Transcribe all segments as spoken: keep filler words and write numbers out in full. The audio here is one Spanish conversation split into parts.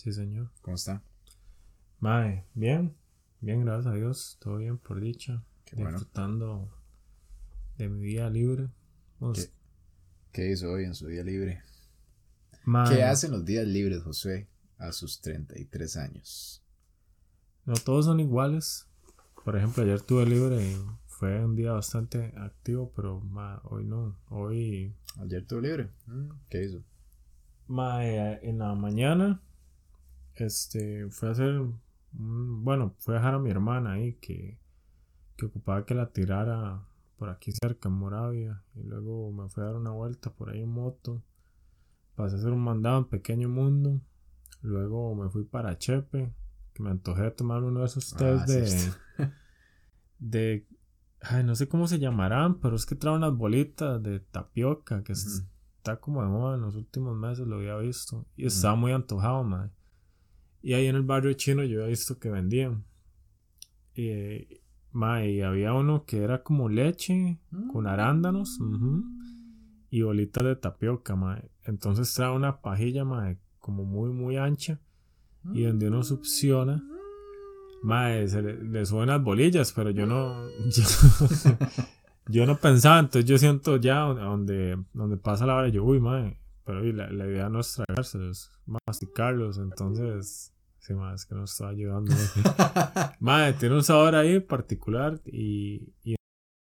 Sí, señor. ¿Cómo está? Mae, bien, bien, gracias a Dios, todo bien por dicha. Qué bueno. Disfrutando de mi día libre. Pues, ¿Qué, qué hizo hoy en su día libre? mae, ¿Qué hacen los días libres, Josué, a sus treinta y tres años? no todos son iguales. Por ejemplo, ayer tuve libre y fue un día bastante activo, pero mae, hoy no. Hoy, ¿Ayer tuvo libre? Mm, ¿Qué hizo? mae, en la mañana, este, fue a hacer, un- bueno, fue a dejar a mi hermana ahí que, que ocupaba que la tirara por aquí cerca, en Moravia. Y luego me fui a dar una vuelta por ahí en moto. Pasé a hacer un mandado en Pequeño Mundo. Luego me fui para Chepe, que me antojé de tomar uno de esos tés Ah, de, cierto. de... Ay, no sé cómo se llamarán, pero es que trae unas bolitas de tapioca que Ujú, está como de moda en los últimos meses, lo había visto. Y ujú. estaba muy antojado, madre. Y ahí en el barrio chino yo había visto que vendían. Y, mae, y había uno que era como leche con arándanos, ujú, y bolitas de tapioca, mae. Entonces trae una pajilla, mae, como muy, muy ancha. Y donde uno succiona, mae, se le, le suben las bolillas, pero yo no, yo, yo no pensaba, entonces yo siento ya donde, donde pasa la hora, yo, uy, mae, pero y la, la idea no es tragárselos, es masticarlos, entonces, sí, mae, es que no está ayudando. Mae, tiene un sabor ahí particular y, y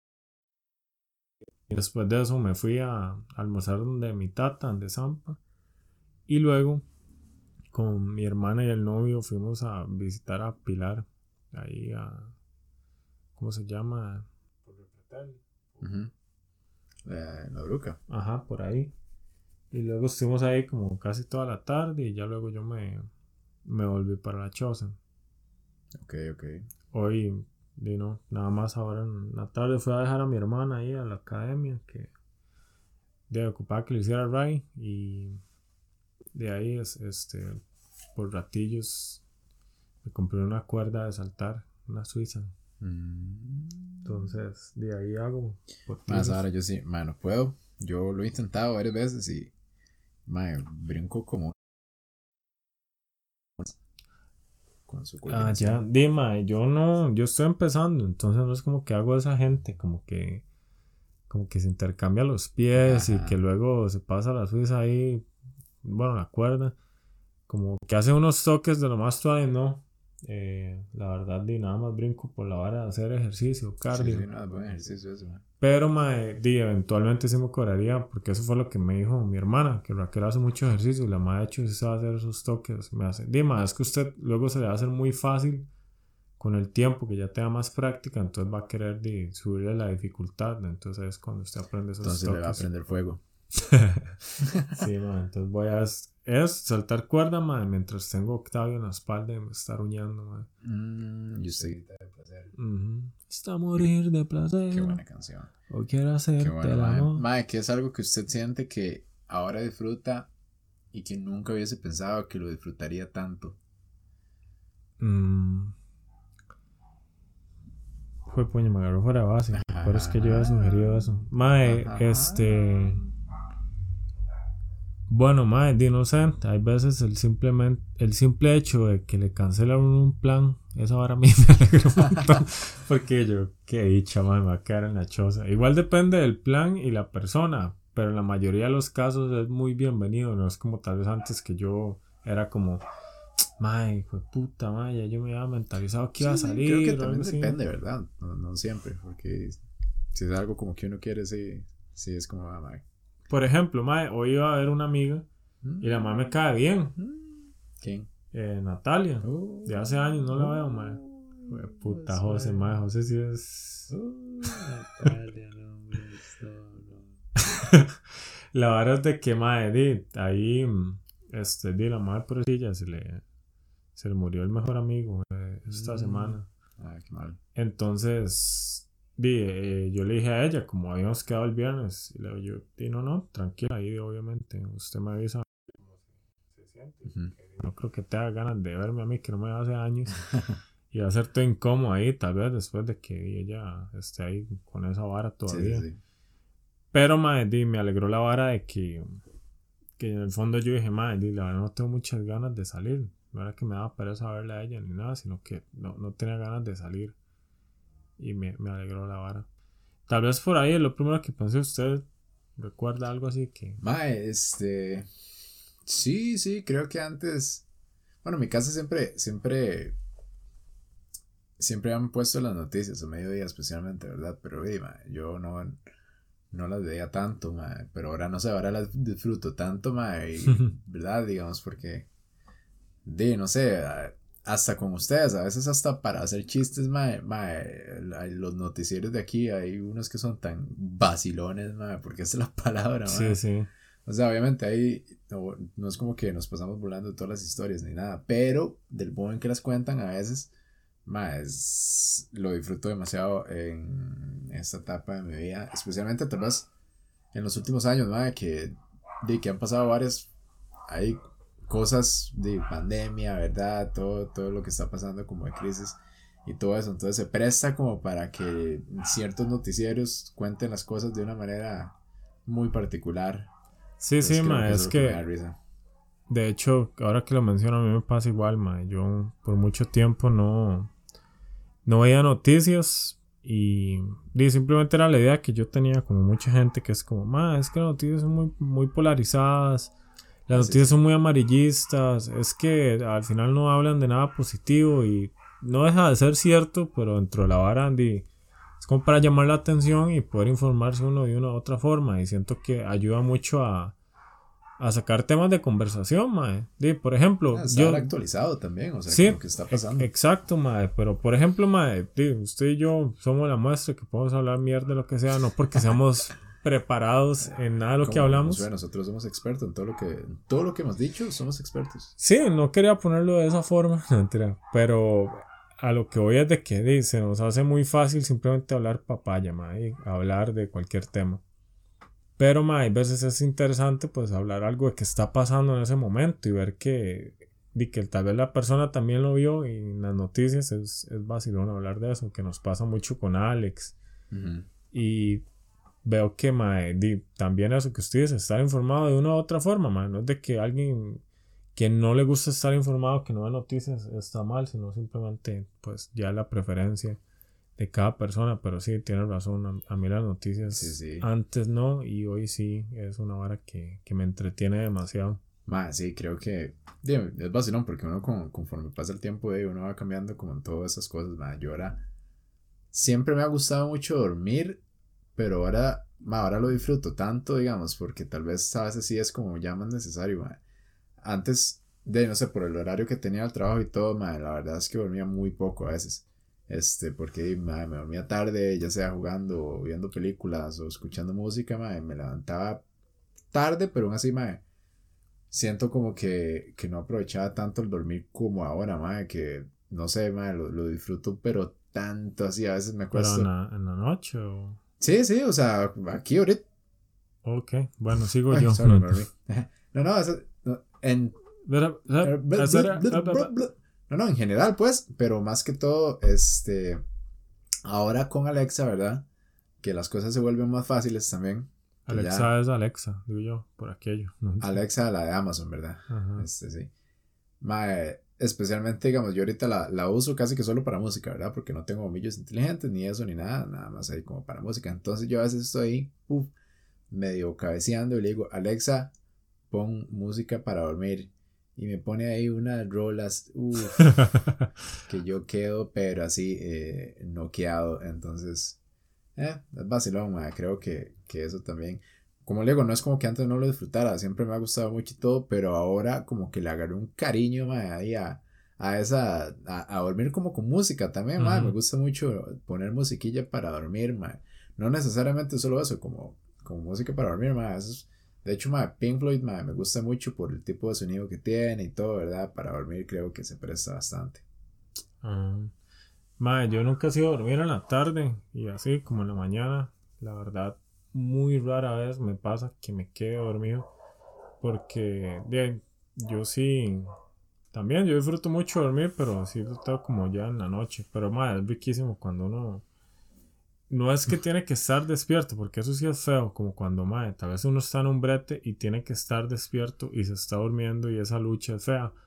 después de eso me fui a almorzar donde mi tata, donde Zampa, y luego con mi hermana y el novio fuimos a visitar a Pilar, ahí a, ¿cómo se llama? Ujú. Eh, la bruca. Ajá, por ahí. Y luego estuvimos ahí como casi toda la tarde y ya luego yo me, me volví para la choza. Ok, ok. Hoy, di no, nada más ahora en la tarde fui a dejar a mi hermana ahí a la academia que de ocupar que lo hiciera Ray y de ahí es este por ratillos me compré una cuerda de saltar, una suiza. Mm. Entonces, de ahí hago por Más tiros. ahora yo sí, man, no puedo. Yo lo he intentado varias veces y, man, brinco como con su Ah, ya, coordinación. Dima, yo no, yo estoy empezando, entonces no es como que hago esa gente, como que, como que se intercambia los pies y que Ajá. luego se pasa la suiza ahí, bueno, la cuerda, como que hace unos toques de lo más suave, no. Eh, la verdad, di nada más brinco por la vara de hacer ejercicio, Sí, sí, cardio. no, es buen ejercicio eso, man. Pero, mae, di, eventualmente sí me cobraría, porque eso fue lo que me dijo mi hermana, que Raquel hace mucho ejercicio y la mae, de hecho, sí se va a hacer esos toques. Me hace, di, mae, es que usted luego se le va a hacer muy fácil con el tiempo, que ya tenga más práctica, entonces va a querer di, subirle la dificultad, entonces es cuando usted aprende esos Entonces le va a toques. prender fuego. Sí, mae, entonces voy a, es, es saltar cuerda, mae, mientras tengo a Octavio en la espalda y me está ruñando, mae. Mm, y usted grita de placer. Ujú. Está a morir de placer. Qué buena canción. O quiero Qué hacerte bueno, el mae. amor. Mae, que es algo que usted siente que ahora disfruta y que nunca hubiese pensado que lo disfrutaría tanto. Mm. Fue puño, me agarró fuera de base. Pero es que yo había sugerido eso. Mae, Ajá. este. Bueno, mae, di no sé. Hay veces el simplemente. El simple hecho de que le cancelaron un plan. Esa vara a mí me alegró un montón. Porque yo, qué dicha, mae, me va a quedar en la choza. Igual depende del plan y la persona. Pero en la mayoría de los casos es muy bienvenido. No es como tal vez antes que yo era como. Mae, fue puta, mae, ya yo me había mentalizado que iba a Sí, sí, creo que salir o algo también así. depende, ¿verdad? No, no siempre, porque si es algo como que uno quiere, sí, sí es como, ah, mae. Por ejemplo, mae, hoy iba a ver una amiga y la mae me cae bien. Mm, ¿Quién? Eh, Natalia. Oh, De hace años no la veo, mae. Jue oh, puta José, suave. mae. José sí es. Oh, Natalia, no, hombre, solo. La verdad es de que, mae, di, ahí, mm, este, di, la madre por ella se le, se le murió el mejor amigo eh, esta Mm, semana. ah, qué mal. Entonces, di, eh, yo le dije a ella, como habíamos quedado el viernes, y le digo yo, di, no, no, tranquila, ahí obviamente, usted me avisa. Ujú. No creo que tenga ganas de verme a mí, que no me veo hace años. Y va a ser todo incómodo ahí, tal vez después de que ella esté ahí con esa vara Sí, sí, todavía. sí. Pero, madre, di, me alegró la vara de que, que en el fondo yo dije, madre, di, la verdad no tengo muchas ganas de salir. no era que me daba pereza verla a ella ni nada, sino que no, no tenía ganas de salir. Y me, me alegró la vara. Tal vez por ahí es lo primero que pensé. ¿Usted recuerda algo así que...? Mae, este... Sí, sí, creo que antes... Bueno, en mi casa siempre, siempre... Siempre han puesto las noticias a mediodía especialmente, ¿verdad? Pero, hey, mae, yo no... No las veía tanto, mae, pero ahora no sé, ahora las disfruto tanto, mae, y, ¿verdad? Digamos, porque, di, no sé, hasta con ustedes, a veces hasta para hacer chistes, mae, mae, los noticieros de aquí, hay unos que son tan vacilones, mae, porque esa es la palabra, mae. Sí, sí. O sea, obviamente ahí no, no es como que nos pasamos volando todas las historias ni nada, pero del modo en que las cuentan a veces, más lo disfruto demasiado en esta etapa de mi vida, especialmente tal vez en los últimos años, ma, que, de que han pasado varias, hay cosas de pandemia, ¿verdad? Todo, todo lo que está pasando como de crisis y todo eso, entonces se presta como para que ciertos noticieros cuenten las cosas de una manera muy particular. Sí, entonces, sí, ma, es que, que de hecho, ahora que lo menciono a mí me pasa igual, ma, yo por mucho tiempo no no veía noticias y, y simplemente era la idea que yo tenía, como mucha gente que es como, ma, es que las noticias son muy, muy polarizadas, las Así noticias es. son muy amarillistas, es que al final no hablan de nada positivo y no deja de ser cierto, pero dentro de la vara Andy, es como para llamar la atención y poder informarse uno de una u otra forma, y siento que ayuda mucho a a sacar temas de conversación, mae. De, por ejemplo, Ah, estar yo actualizado también, o sea, sí, lo que está pasando. Exacto, mae, pero por ejemplo, mae, de, usted y yo somos la muestra que podemos hablar mierda de lo que sea, no porque seamos preparados en nada de lo que hablamos. Bueno, nosotros somos expertos en todo lo que en todo lo que hemos dicho, somos expertos. Sí, no quería ponerlo de esa forma, no, mentira, pero a lo que voy es de que de, se nos hace muy fácil simplemente hablar papaya, mae, hablar de cualquier tema. Pero ma, hay veces es interesante pues hablar algo de que está pasando en ese momento y ver que, y que tal vez la persona también lo vio y en las noticias es, es vacilón hablar de eso, que nos pasa mucho con Alex. Uh-huh. Y veo que ma, di, también eso que ustedes estar informado de una u otra forma, ma, no es de que alguien que no le gusta estar informado, que no ve noticias, está mal, sino simplemente pues ya la preferencia de cada persona, pero sí, tienes razón, a, a mí las noticias sí, sí. antes no, y hoy sí, es una vara que, que me entretiene demasiado. Ma, sí, creo que digo, es vacilón porque uno con, conforme pasa el tiempo eh, uno va cambiando como en todas esas cosas, ma. Yo ahora siempre me ha gustado mucho dormir, pero ahora, ma, ahora lo disfruto tanto, digamos, porque tal vez a veces sí es como ya más necesario, ma. Antes de, no sé, por el horario que tenía al trabajo y todo, ma, la verdad es que dormía muy poco a veces. Este, porque madre, me dormía tarde, ya sea jugando o viendo películas o escuchando música, madre, me levantaba tarde, pero aún así, madre, siento como que, que no aprovechaba tanto el dormir como ahora, madre, que no sé, madre, lo, lo disfruto, pero tanto así, a veces me acuesto. ¿Pero en la, en la noche o...? Sí, sí, o sea, aquí ahorita. Ok, bueno, sigo Ay, yo. sorry, me dormí. No, no, eso, no, en... Pero, No, no, en general, pues, pero más que todo, este, ahora con Alexa, ¿verdad? Que las cosas se vuelven más fáciles también. Alexa ya... es Alexa, digo yo, por aquello. Alexa, la de Amazon, ¿verdad? Ajá. Este, sí. Mae, especialmente, digamos, yo ahorita la, la uso casi que solo para música, ¿verdad? Porque no tengo bombillos inteligentes, ni eso, ni nada, nada más ahí como para música. Entonces yo a veces estoy ahí, uf, medio cabeceando y le digo, Alexa, pon música para dormir. Y me pone ahí unas rolas, uff, que yo quedo, pero así, eh, noqueado. Entonces, eh, es vacilón, man. Creo que, que eso también, como le digo, no es como que antes no lo disfrutara, siempre me ha gustado mucho y todo, pero ahora como que le agarré un cariño, man, ahí a, a esa, a, a dormir como con música también, man. Uh-huh. Me gusta mucho poner musiquilla para dormir, man. No necesariamente solo eso, como, como música para dormir, man. Eso es, de hecho, ma, Pink Floyd, ma, me gusta mucho por el tipo de sonido que tiene y todo, ¿verdad? Para dormir creo que se presta bastante. Uh, ma, yo nunca he sido a dormir en la tarde y así como en la mañana. La verdad, muy rara vez me pasa que me quede dormido porque de, yo sí, también yo disfruto mucho dormir, pero sí disfruto como ya en la noche. Pero ma, es riquísimo cuando uno... No es que tiene que estar despierto, porque eso sí es feo, como cuando, mae, tal vez uno está en un brete y tiene que estar despierto y se está durmiendo y esa lucha es fea.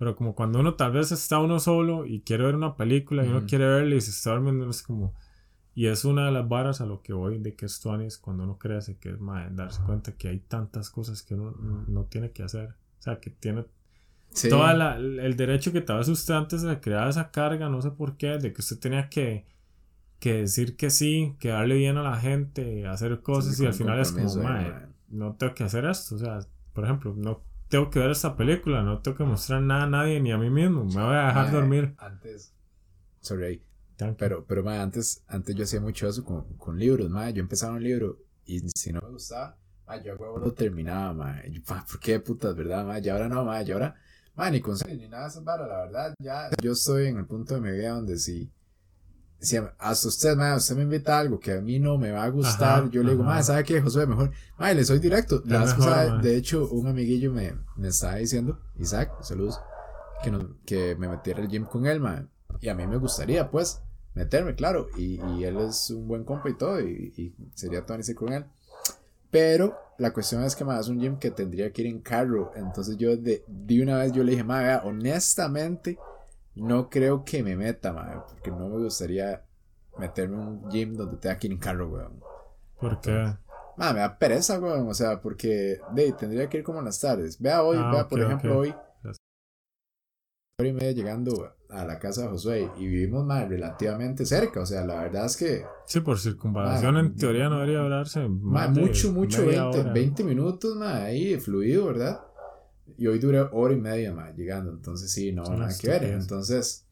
Pero como cuando uno tal vez está uno solo y quiere ver una película y uno Ujú. quiere verla y se está durmiendo, es como... Y es una de las varas a lo que voy de que esto es cuando uno crece, que es mae, darse cuenta que hay tantas cosas que uno no, no tiene que hacer. O sea, que tiene Sí. todo el derecho que tal vez usted antes le creaba esa carga, no sé por qué, de que usted tenía que, que decir que sí, que darle bien a la gente, hacer cosas Sí, y al con final es como, compromiso ahí, mae, mae. no tengo que hacer esto. O sea, por ejemplo, no tengo que ver esta película, no tengo que mostrar nada a nadie ni a mí mismo, me voy a dejar Mae, dormir. Antes, sorry, Tranqui. pero, pero mae, antes, antes yo hacía mucho eso con, con libros, mae. Yo empezaba un libro y si no me gustaba, mae, yo a huevo lo terminaba, mae. Yo, mae, ¿por qué putas, verdad, mae? Y ahora no, mae, y ahora, mae, ni consejos ni nada de esas varas, la verdad, ya yo estoy en el punto de mi vida donde si, si hasta usted, mae, usted me invita a algo que a mí no me va a gustar, Ajá, yo le digo, mae, ajá. ¿sabe qué, Josué? Mejor, mae, le soy directo. La Es vez mejor, pasada, mae. de hecho, un amiguillo me, me estaba diciendo, Isaac, saludos, que, nos, que me metiera al gym con él, mae. Y a mí me gustaría, pues, meterme, claro. Y, y él es un buen compa y todo. Y, y sería todo con él. Pero la cuestión es que me das un gym que tendría que ir en carro. Entonces yo de, de una vez yo le dije, mae, vea, honestamente, no creo que me meta, mae. Porque no me gustaría meterme en un gym donde tenga que ir en carro, weón. ¿Por qué? Mae, me da pereza, weón. O sea, porque de, tendría que ir como en las tardes. Vea hoy, Ah, vea, ok, por ejemplo, ok. hoy. Hora y media llegando a la casa de Josué y vivimos más relativamente cerca, o sea, la verdad es que Sí, por circunvalación ma, en teoría no debería durarse ma, más de mucho, mucho, media veinte, hora. veinte minutos ma, ahí fluido, ¿verdad? Y hoy duré hora y media ma, llegando, entonces sí, no, Es una nada que ver, estupidez. entonces,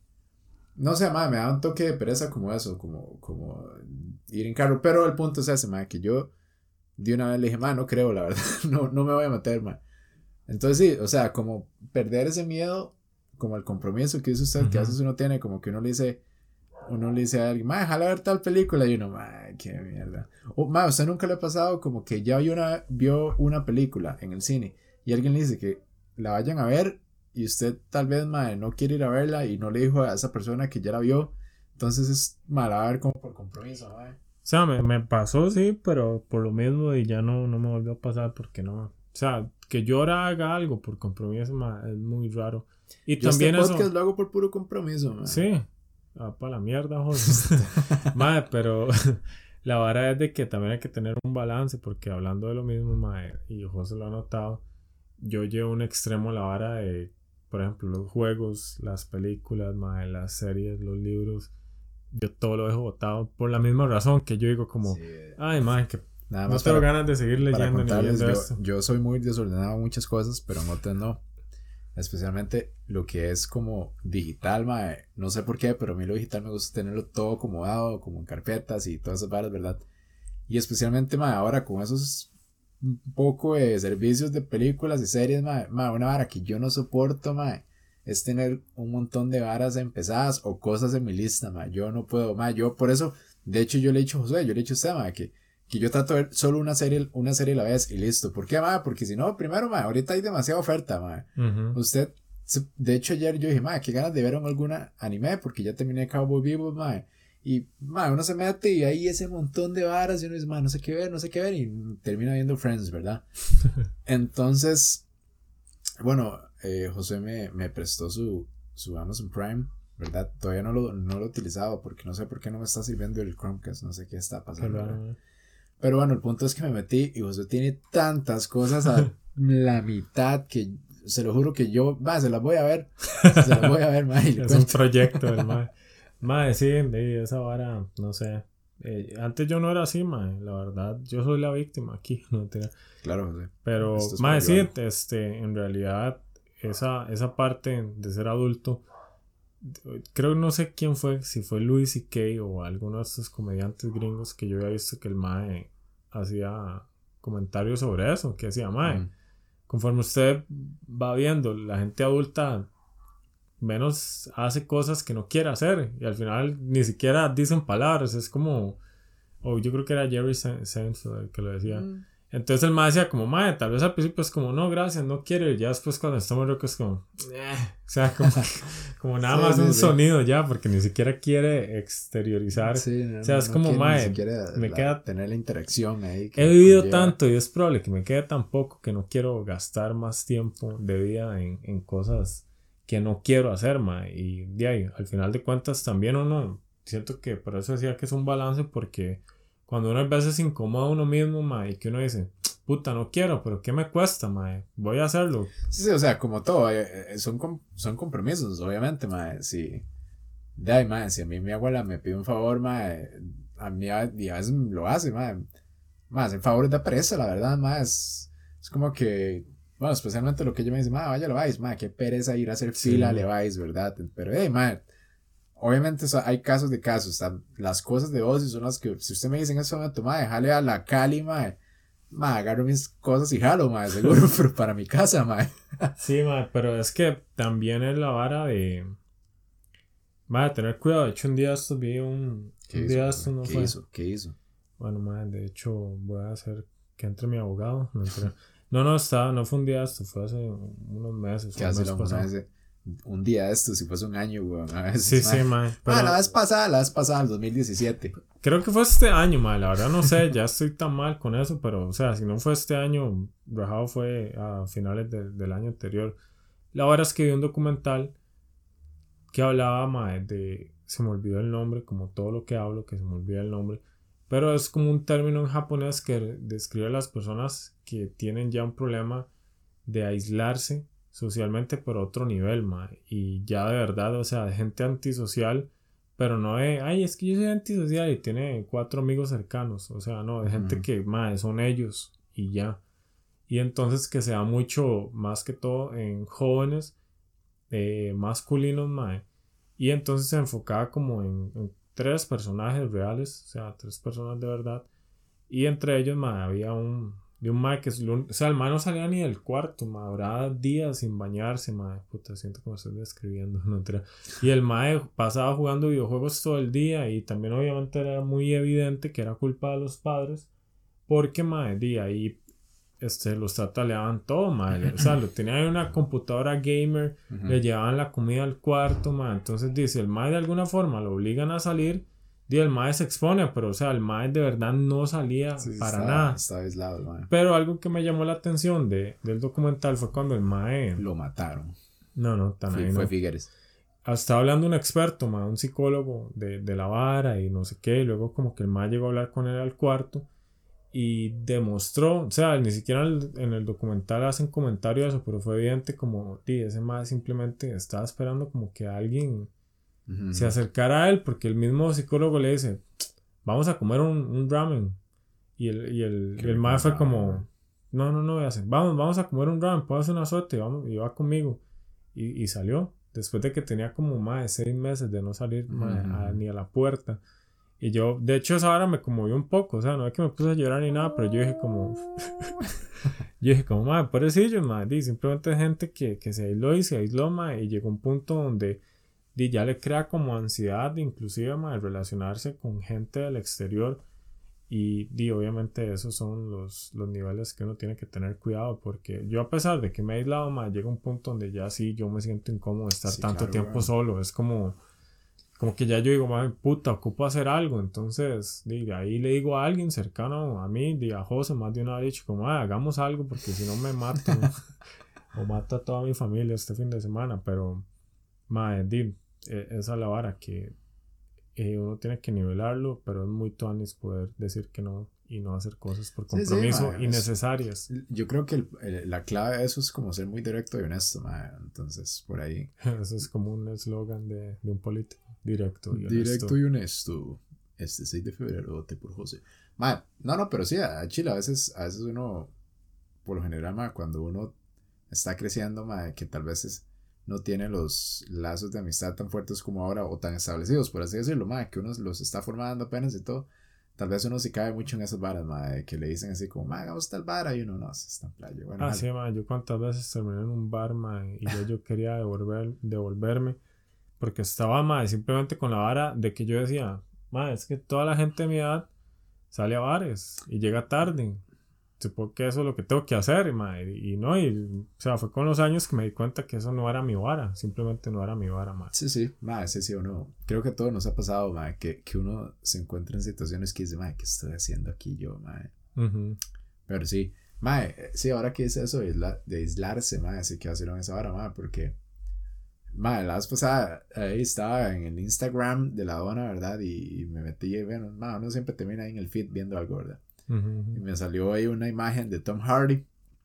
no sé, ma, me da un toque de pereza como eso, como, como ir en carro, pero el punto es ese, ma, que yo de una vez le dije, ma, no creo, la verdad, no, no me voy a meter, ma. Entonces sí, o sea, como perder ese miedo, como el compromiso que dice usted, uh-huh. que a veces uno tiene, como que uno le dice, uno le dice a alguien, ma, déjala ver tal película, y uno, ma, qué mierda. O, ma, usted nunca le ha pasado como que ya vio una, vio una película en el cine, y alguien le dice que la vayan a ver, y usted tal vez, ma, no quiere ir a verla, y no le dijo a esa persona que ya la vio, entonces es, ma, la va a ver como por compromiso, ma. O sea, me, me pasó, sí, pero por lo mismo y ya no, no me volvió a pasar porque no. O sea, que yo ahora haga algo por compromiso ma, es muy raro. Y yo también este podcast eso, lo hago por puro compromiso, ma. Sí, ah, para la mierda, José. Madre, pero la vara es de que también hay que tener un balance porque hablando de lo mismo, madre, y José lo ha notado, yo llevo un extremo a la vara de, por ejemplo, los juegos, las películas, madre, las series, los libros. Yo todo lo dejo botado por la misma razón que yo digo como, sí. Ay, madre, que nada más no tengo para, ganas de seguir leyendo ni viendo yo, esto. Yo soy muy desordenado en muchas cosas, pero en otras no. Especialmente lo que es como digital, mae. No sé por qué, pero a mí lo digital me gusta tenerlo todo acomodado, como en carpetas y todas esas varas, ¿verdad? Y especialmente, mae, ahora con esos un poco de servicios de películas y series, mae, mae, una vara que yo no soporto, mae, es tener un montón de varas empezadas o cosas en mi lista, mae. Yo no puedo, mae. Yo por eso, de hecho, yo le he dicho a Josué, yo le he dicho a usted, mae, que que yo trato de ver solo una serie, una serie a la vez y listo. ¿Por qué, ma? Porque si no, primero, ma, ahorita hay demasiada oferta, ma. Uh-huh. Usted, de hecho, ayer yo dije, ma, qué ganas de ver alguna anime, porque ya terminé Cowboy Bebop, ma. Y, ma, uno se mete y hay ese montón de varas y uno dice, ma, no sé qué ver, no sé qué ver, y termina viendo Friends, ¿verdad? Entonces, bueno, eh, José me, me prestó su, su Amazon Prime, ¿verdad? Todavía no lo, no lo he utilizado porque no sé por qué no me está sirviendo el Chromecast, no sé qué está pasando, ¿verdad? Pero bueno, el punto es que me metí y José tiene tantas cosas a la mitad que se lo juro que yo, va, se las voy a ver. Se las voy a ver, mae. Es cuento. Un proyecto, el mae. Mae, sí, de esa vara, no sé. Eh, antes yo no era así, mae. La verdad, yo soy la víctima aquí. No te... Claro, José. Pero, mae, sí, este, en realidad, esa, esa parte de ser adulto, creo no sé quién fue, si fue Louis C K o alguno de estos comediantes gringos que yo había visto que el mae hacía comentarios sobre eso, que decía, mae, mm. conforme usted va viendo, la gente adulta menos hace cosas que no quiere hacer y al final ni siquiera dicen palabras, es como, o oh, yo creo que era Jerry Seinfeld el que lo decía. Mm. Entonces el mae decía como, mae, tal vez al principio es como, no, gracias, no quiero. Y ya después cuando estamos locos es como, eh. O sea, como, como nada sí, más sí, un sí. sonido ya, porque ni siquiera quiere exteriorizar. Sí, no, o sea, es no, como, no mae, me la, queda... tener la interacción ahí. He vivido tanto y es probable que me quede tan poco que no quiero gastar más tiempo de vida en, en cosas que no quiero hacer, mae. Y de ahí, al final de cuentas también uno, siento que por eso decía que es un balance, porque cuando uno a veces se incomoda a uno mismo, mae, y que uno dice, puta, no quiero, pero ¿qué me cuesta, mae? Voy a hacerlo. Sí, sí, o sea, como todo, eh, eh, son, com- son compromisos, obviamente, mae. Si, de ahí, mae, si a mí mi abuela me pide un favor, mae, a mí a, y a veces lo hace, mae. Mae, hacer favores de presa, la verdad, mae, es, es como que, bueno, especialmente lo que ella me dice, mae, vaya, lo vais, mae, qué pereza ir a hacer Sí. fila, le vais, ¿verdad? Pero, hey, mae, obviamente so- hay casos de casos, tam- las cosas de ocio son las que, si usted me dice en ese momento, mae, jale a la Cali, mae, mae, agarro mis cosas y jalo, mae, seguro, pero para mi casa, mae. Sí, mae, pero es que también es la vara de, mae, tener cuidado. De hecho, un día esto vi un, ¿Qué un hizo, día mae? esto no ¿Qué fue. hizo? ¿Qué hizo? Bueno, mae, de hecho, voy a hacer que entre mi abogado. No, mentira. no, no, estaba, no fue un día esto, fue hace unos meses. ¿Qué un hace mes la pasado. una vez? Un día de esto, si fuese un año, weón, a veces, Sí, mae. sí, mae. Ah, Pero la vez pasada, la vez pasada, el dos mil diecisiete. creo que fue este año, mae. La verdad no sé, ya estoy tan mal con eso, pero, o sea, si no fue este año, rajado fue a finales de- del año anterior. La verdad es que vi un documental que hablaba, mae, de... Se me olvidó el nombre, como todo lo que hablo, que se me olvida el nombre. Pero es como un término en japonés que describe a las personas que tienen ya un problema de aislarse socialmente por otro nivel, mae. Y ya de verdad, o sea, de gente antisocial, pero no de, ay, es que yo soy antisocial y tiene cuatro amigos cercanos. O sea, no, de gente Ujú. que, mae, son ellos y ya. Y entonces que se da mucho, más que todo, en jóvenes eh, masculinos, mae. Y entonces se enfocaba como en, en tres personajes reales, o sea, tres personas de verdad. Y entre ellos, mae, había un, de un mae que es lo un- o sea, el mae no salía ni del cuarto, mae, duraba días sin bañarse, mae. Puta, siento que me estoy describiendo, no mentira. Y el mae pasaba jugando videojuegos todo el día y también obviamente era muy evidente que era culpa de los padres. Porque, mae, di, ahí este, los tataleaban todo, mae. O sea, lo tenían en una computadora gamer, Ujú. le llevaban la comida al cuarto, mae. Entonces dice, el mae de alguna forma lo obligan a salir, y el mae se expone, pero o sea, el mae de verdad no salía Sí, sí, para estaba, nada. estaba aislado, mae. Pero algo que me llamó la atención de, del documental fue cuando el mae... Lo mataron. No, no, tan Fue, ahí fue no. Figueres. Estaba hablando un experto, mae, un psicólogo de, de la vara y no sé qué, y luego como que el mae llegó a hablar con él al cuarto y demostró, o sea, ni siquiera el- en el documental hacen comentario de eso, pero fue evidente como, tí, ese mae simplemente estaba esperando como que alguien Ujú. se acercara a él, porque el mismo psicólogo le dice, vamos a comer un, un ramen, y el, y el, Qué y el rico mae un fue ramen, como, mae. no, no, no, y hace, vamos, vamos a comer un ramen, puedo hacer una azote, vamos, y va conmigo, y, y salió, después de que tenía como más de seis meses de no salir mae, a- Ujú. ni a la puerta. Y yo, de hecho, esa hora me conmovió un poco, o sea, no es que me puse a llorar ni nada, pero yo dije como, yo dije como, madre, pobrecillo, madre, y simplemente gente que, que se aisló y se aisló, madre, y llegó un punto donde di, ya le crea como ansiedad, inclusive, madre, relacionarse con gente del exterior, y di, obviamente esos son los, los niveles que uno tiene que tener cuidado, porque yo a pesar de que me he aislado, madre, llega un punto donde ya sí, yo me siento incómodo de estar Sí, tanto claro, tiempo weón. solo, es como... Como que ya yo digo, madre puta, ocupo hacer algo. Entonces, di, ahí le digo a alguien cercano a mí, di, a José, más de una vez dicho, como, "Madre, hagamos algo porque si no me mato. O mato a toda mi familia este fin de semana." Pero, madre, di, eh, esa es la vara que eh, uno tiene que nivelarlo, pero es muy tuanis poder decir que no y no hacer cosas por Sí, sí, compromiso mae, es- innecesarias. yo creo que el- el- la clave de eso es como ser muy directo y honesto, mae. Entonces, por ahí. Eso es como un eslogan de, de un político. Directo y honesto. Directo y honesto. Este seis de febrero, voté por José. Mae, no, no, pero sí, a Chile a veces, a veces uno, por lo general, mae, cuando uno está creciendo, mae, que tal vez es- no tiene los lazos de amistad tan fuertes como ahora o tan establecidos, por así decirlo, mae, que uno los está formando apenas y todo. Tal vez uno se cae mucho en esas varas, mae, que le dicen así como, mae, hagamos tal vara y uno no, se está en playa. Bueno, Ah, jale. sí, ma, yo cuántas veces terminé en un bar, ma, y ya yo quería devolver, devolverme, porque estaba, ma, simplemente con la vara de que yo decía, ma, es que toda la gente de mi edad sale a bares y llega tarde. Supongo que eso es lo que tengo que hacer, ma, y, y no, y, o sea, fue con los años que me di cuenta que eso no era mi vara, simplemente no era mi vara, ma. Sí, sí, mae, sí, sí, uno. Creo que a todos nos ha pasado, mae, que, que uno se encuentra en situaciones que dice, mae, ¿qué estoy haciendo aquí yo, mae? Ujú. Pero sí, mae, eh, sí, ahora que dice eso de, aisla- de aislarse, mae, sí que va a ser esa vara, mae, porque Mae, la vez pasada ahí estaba en el Instagram de la dona, ¿verdad? Y, y me metí, y bueno, mae, uno siempre termina ahí en el feed viendo algo, ¿verdad? Uh-huh. Y me salió ahí una imagen de Tom Hardy,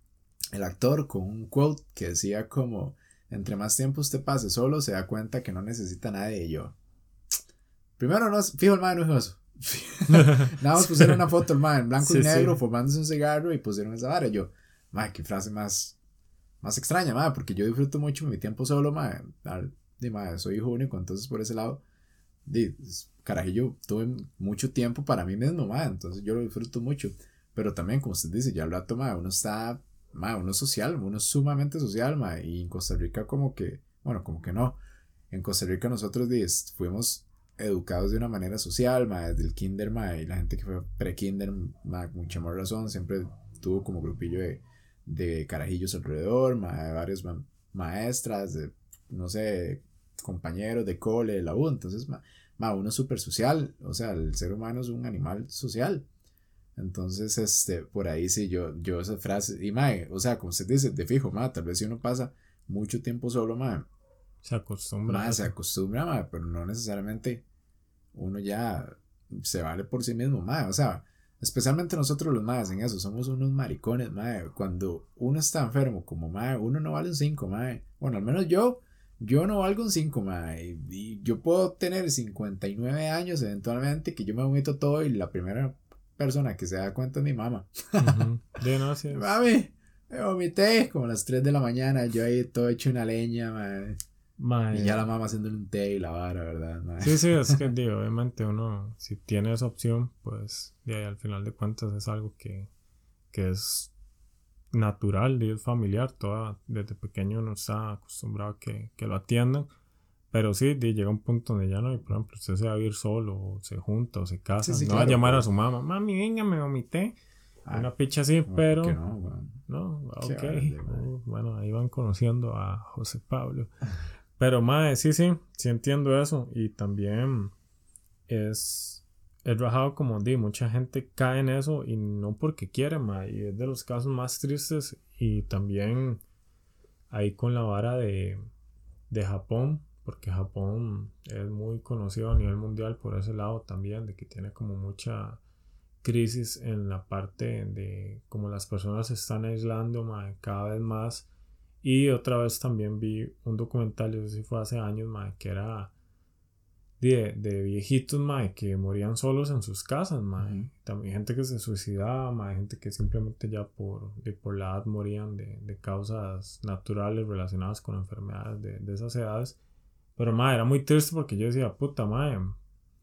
el actor, con un quote que decía como, entre más tiempo usted pase solo, se da cuenta que no necesita a nadie. Y yo, primero, no, fijo, el mae no dijo eso. Nada más pusieron una foto el mae en blanco sí, y negro, sí, fumándose un cigarro, y pusieron esa vara. Y yo, mae, qué frase más, más extraña, mae, porque yo disfruto mucho mi tiempo solo, mae. Di, mae, soy hijo único, entonces por ese lado, di, carajillo, tuve mucho tiempo para mí mismo, mae, entonces yo lo disfruto mucho. Pero también, como usted dice, ya al rato, mae, uno está, mae, uno es social, uno es sumamente social, mae, y en Costa Rica como que, bueno, como que no. En Costa Rica nosotros, di, fuimos educados de una manera social, ma, desde el kinder, ma, y la gente que fue pre-kinder, ma, mucha más razón, siempre tuvo como grupillo de, de carajillos alrededor, ma, de varias ma, maestras, de, no sé, compañeros de cole, de la U, entonces, ma, ma uno es súper social, o sea, el ser humano es un animal social, entonces, este, por ahí sí, yo, yo esas frases, y ma, o sea, como usted dice, de fijo, ma, tal vez si uno pasa mucho tiempo solo, ma, se acostumbra. Más se acostumbra, ma, pero no necesariamente uno ya se vale por sí mismo, ma. O sea, especialmente nosotros los más en eso, somos unos maricones, ma. Cuando uno está enfermo, como ma, uno no vale un cinco, ma. Bueno, al menos yo, yo no valgo un cinco, ma. Y, y yo puedo tener cincuenta y nueve años eventualmente, que yo me vomito todo y la primera persona que se da cuenta es mi mamá. Uh-huh. De no, sí, mami, me vomité como a las tres de la mañana, yo ahí todo hecho una leña, ma. Mae. Y ya la mamá haciéndole un té y la vara, ¿verdad? Mae. Sí, sí, es que digo, obviamente uno, si tiene esa opción, pues y ahí, al final de cuentas es algo que, que es natural y es familiar. Toda, desde pequeño uno está acostumbrado a que, que lo atiendan. Pero sí, de, llega un punto donde ya no, y por ejemplo, usted se va a vivir solo, o se junta, o se casa, sí, sí, no claro, va a llamar pero... a su mamá, mami, venga, me vomité. Ah, una picha así, pero... ¿Por qué no, bueno? No, ok. Vale, uh, bueno, ahí van conociendo a José Pablo. Pero, mae, sí, sí, sí entiendo eso. Y también es, es rajado como di, mucha gente cae en eso y no porque quiere, mae. Y es de los casos más tristes. Y también ahí con la vara de, de Japón, porque Japón es muy conocido a nivel mundial por ese lado también, de que tiene como mucha crisis en la parte de como las personas se están aislando, mae, cada vez más. Y otra vez también vi un documental, eso sí fue hace años, mae, que era de, de viejitos, mae, que morían solos en sus casas, mae. Uh-huh. También gente que se suicidaba, mae, gente que simplemente ya por, de, por la edad morían de, de causas naturales relacionadas con enfermedades de, de esas edades. Pero, mae, era muy triste porque yo decía, puta, mae. O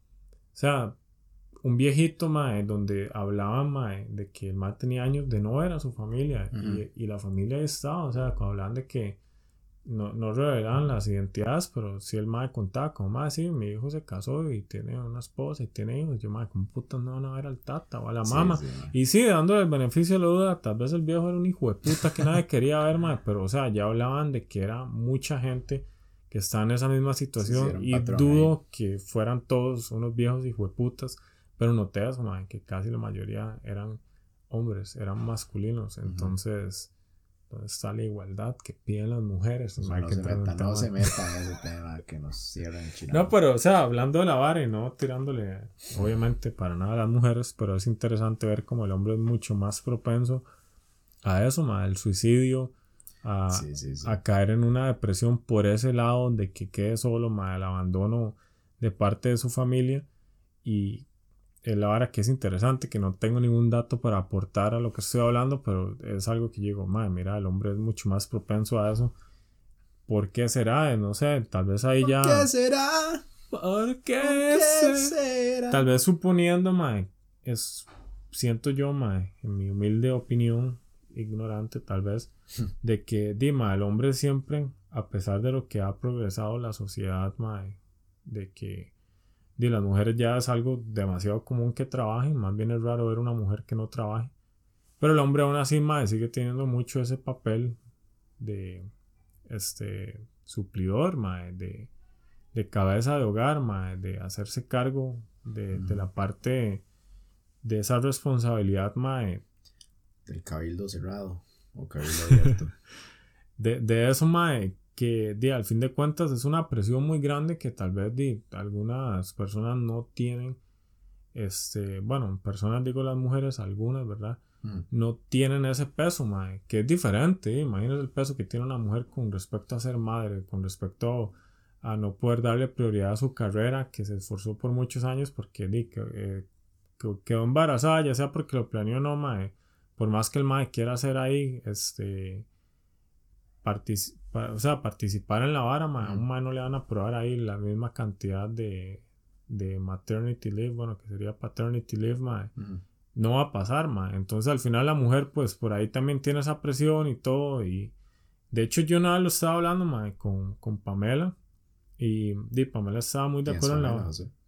sea, un viejito, mae, donde hablaban, mae, de que el mae tenía años de no ver a su familia. Uh-huh. y, y la familia ahí estaba, o sea, cuando hablaban de que no, no revelaban las identidades, pero sí el mae contaba como, mae, sí, mi hijo se casó y tiene una esposa y tiene hijos. Yo, mae, ¿cómo putas no van a ver al tata o a la sí, mamá? Sí, y sí, dando el beneficio de la duda, tal vez el viejo era un hijo de puta que nadie quería ver, mae, pero, o sea, ya hablaban de que era mucha gente que está en esa misma situación, sí, sí, y dudo ahí. Que fueran todos unos viejos hijo de putas. Pero noté eso, man, que casi la mayoría eran hombres, eran masculinos. Entonces, uh-huh. ¿dónde está la igualdad que piden las mujeres? No, no, que se, meta, no se metan en ese tema que nos cierran China. No, pero, o sea, hablando de la vara y no tirándole, obviamente, para nada a las mujeres, pero es interesante ver cómo el hombre es mucho más propenso a eso, man, al suicidio, a, sí, sí, sí. a caer en una depresión por ese lado de que quede solo, man, el abandono de parte de su familia. Y es la vara que es interesante, que no tengo ningún dato para aportar a lo que estoy hablando, pero es algo que digo, madre, mira, el hombre es mucho más propenso a eso. ¿Por qué será? No sé, tal vez ahí ¿Por ya... ¿Por qué será? ¿Por qué, ¿Por qué se... será? Tal vez suponiendo, madre, es... Siento yo, madre, en mi humilde opinión, ignorante tal vez, de que, dima, el hombre siempre, a pesar de lo que ha progresado la sociedad, madre, de que de las mujeres ya es algo demasiado común que trabajen, más bien es raro ver una mujer que no trabaje, pero el hombre aún así, mae, sigue teniendo mucho ese papel de este suplidor, mae, de, de cabeza de hogar, mae, de hacerse cargo de, mm. de la parte de esa responsabilidad, mae, del cabildo cerrado o cabildo abierto. de, de eso, mae, que de, al fin de cuentas es una presión muy grande que tal vez de, algunas personas no tienen, este, bueno, personas digo las mujeres, algunas, ¿verdad? Mm. No tienen ese peso, mae, que es diferente, ¿eh? Imagínate el peso que tiene una mujer con respecto a ser madre, con respecto a, a no poder darle prioridad a su carrera, que se esforzó por muchos años porque di, que, eh, que quedó embarazada, ya sea porque lo planeó o no, mae, por más que el mae quiera hacer ahí, este... Participa, o sea, participar en la vara, ma, a un man no le van a aprobar ahí la misma cantidad de, de maternity leave, bueno, que sería paternity leave, ma, uh-huh. No va a pasar, ma. Entonces al final la mujer, pues por ahí también tiene esa presión y todo. Y de hecho, yo una vez lo estaba hablando, ma, con, con Pamela. Y, y Pamela estaba muy de acuerdo en la vara.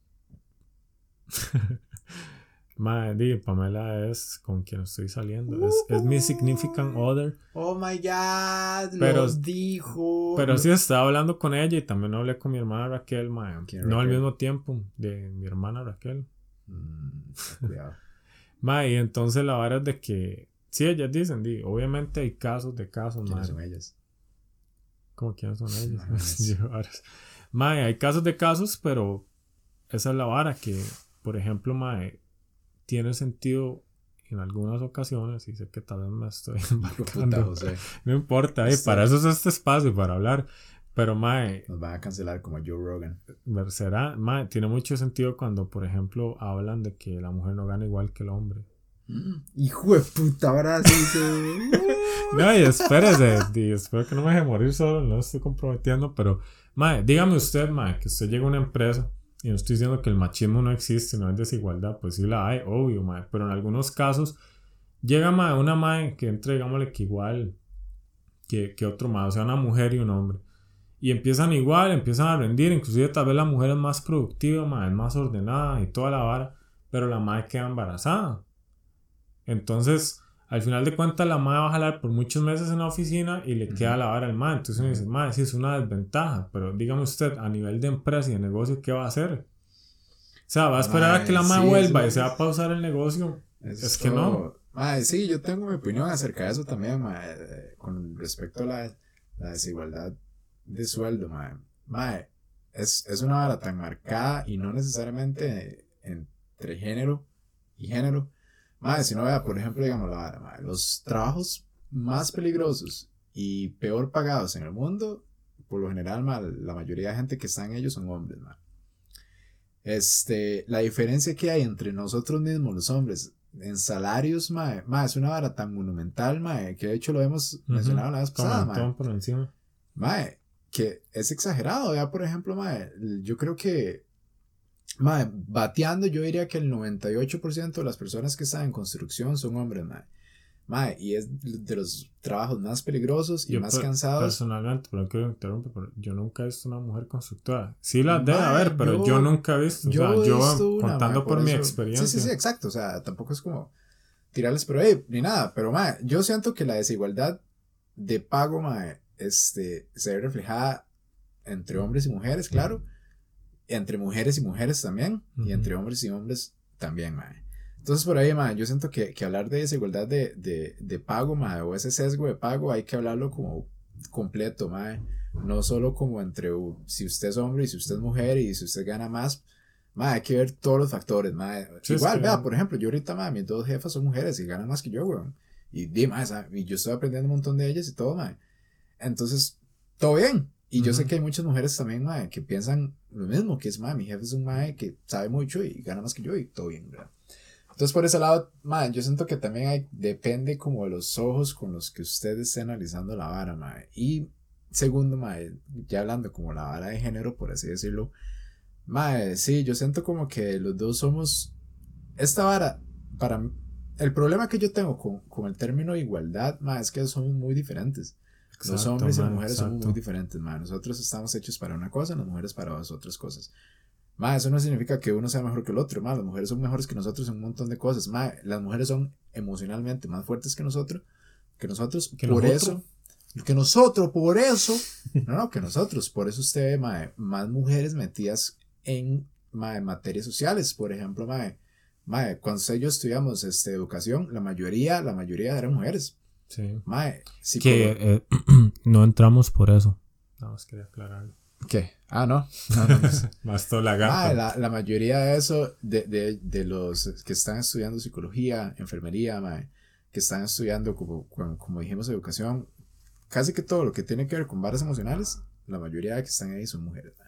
Madre, di, Pamela es con quien estoy saliendo. Uh, es, es mi significant other. Oh my god, pero, lo dijo. Pero sí estaba hablando con ella y también hablé con mi hermana Raquel, madre. No Raquel? Al mismo tiempo, de mi hermana Raquel. Mm, cuidado. Madre, y entonces la vara es de que, sí, ellas dicen, di, obviamente hay casos de casos, ¿Quiénes madre. son ellas? ¿Cómo quiénes son ellas? Madre, hay casos de casos, pero esa es la vara que, por ejemplo, madre, tiene sentido en algunas ocasiones, y sé que tal vez me estoy embarcando, puta, no importa, eh, para eso es este espacio, para hablar, pero mae, nos van a cancelar como Joe Rogan. Será, mae, tiene mucho sentido cuando, por ejemplo, hablan de que la mujer no gana igual que el hombre. Mm, hijo de puta, ahora sí se... No, y espérese, y espero que no me deje morir solo, no estoy comprometiendo, pero mae, dígame usted, mae, que usted llega a una empresa. Y no estoy diciendo que el machismo no existe, no hay desigualdad, pues sí la hay, obvio, mae, pero en algunos casos llega mae, una mae que entre, digámosle que igual que, que otro mae, o sea, una mujer y un hombre, y empiezan igual, empiezan a rendir, inclusive tal vez la mujer es más productiva, mae, es más ordenada y toda la vara, pero la mae queda embarazada. Entonces, al final de cuentas, la mae va a jalar por muchos meses en la oficina y le uh-huh. queda la vara al mae. Entonces uno dice, mae, sí es una desventaja, pero dígame usted, a nivel de empresa y de negocio, ¿qué va a hacer? O sea, ¿va a esperar mae, a que la mae sí, vuelva y se va a pausar el negocio? Eso, es que no. Mae, sí, yo tengo mi opinión acerca de eso también, mae, con respecto a la, la desigualdad de sueldo, mae. Mae, es, es una vara tan marcada y no necesariamente entre género y género. Mae, si no vea, por ejemplo, digamos la vara, mae, los trabajos más peligrosos y peor pagados en el mundo, por lo general, mae, la mayoría de gente que está en ellos son hombres, mae. Este, la diferencia que hay entre nosotros mismos, los hombres, en salarios, mae, mae, es una vara tan monumental, mae, que de hecho lo hemos uh-huh. mencionado la vez pasada, mae. Por encima. Mae, que es exagerado, ya, por ejemplo, mae, yo creo que, mae, bateando, yo diría que el noventa y ocho por ciento de las personas que están en construcción son hombres, mae. Mae, y es de los trabajos más peligrosos y yo más per- cansados. Personalmente, pero no quiero interrumpir, pero yo nunca he visto una mujer constructora. Sí las debe haber, pero yo, yo nunca he visto. Yo o sea, he yo visto una, contando mae, por, por mi eso, experiencia. Sí, sí, sí, exacto. O sea, tampoco es como tirarles por ahí ni nada. Pero, mae, yo siento que la desigualdad de pago, mae, este, se ve reflejada entre hombres y mujeres, claro. Entre mujeres y mujeres también. Uh-huh. Y entre hombres y hombres también, mae. Entonces por ahí, mae, yo siento que, que hablar de desigualdad de, de, de pago, mae, o ese sesgo de pago, hay que hablarlo como completo, mae. No solo como entre uh, si usted es hombre y si usted es mujer y si usted gana más, mae, hay que ver todos los factores, mae. Sí, igual, vea, por ejemplo, yo ahorita, mae, mis dos jefas son mujeres y ganan más que yo, weón. Y, di, mae, y yo estoy aprendiendo un montón de ellas y todo, mae. Entonces, todo bien. Y uh-huh. yo sé que hay muchas mujeres también, mae, que piensan lo mismo, que es, mae, mi jefe es un mae que sabe mucho y gana más que yo y todo bien, ¿verdad? Entonces por ese lado, man, yo siento que también hay, depende como de los ojos con los que usted esté analizando la vara, man. Y segundo, man, ya hablando como la vara de género, por así decirlo, man, sí, yo siento como que los dos somos, esta vara, para el problema que yo tengo con, con el término igualdad, man, es que somos muy diferentes. Exacto, los hombres man, y las mujeres exacto. somos muy diferentes, man. Nosotros estamos hechos para una cosa, las mujeres para otras cosas. Ma, eso no significa que uno sea mejor que el otro, ma, las mujeres son mejores que nosotros en un montón de cosas, ma, las mujeres son emocionalmente más fuertes que nosotros, que nosotros, que por nosotros? eso, que nosotros, por eso, no, no, que nosotros, por eso usted ve, ma, más mujeres metidas en, ma, en materias sociales, por ejemplo, ma, ma, cuando usted y yo estudiamos, este, educación, la mayoría, la mayoría eran mujeres, sí, ma, que eh, no entramos por eso. Nada más quería aclararlo. ¿Qué? Ah, no. no, no, no. Más todo la gata. Ah, la, la mayoría de eso, de, de, de los que están estudiando psicología, enfermería, mae, que están estudiando, como, como, como dijimos, educación, casi que todo lo que tiene que ver con varas emocionales, la mayoría de que están ahí son mujeres. Mae,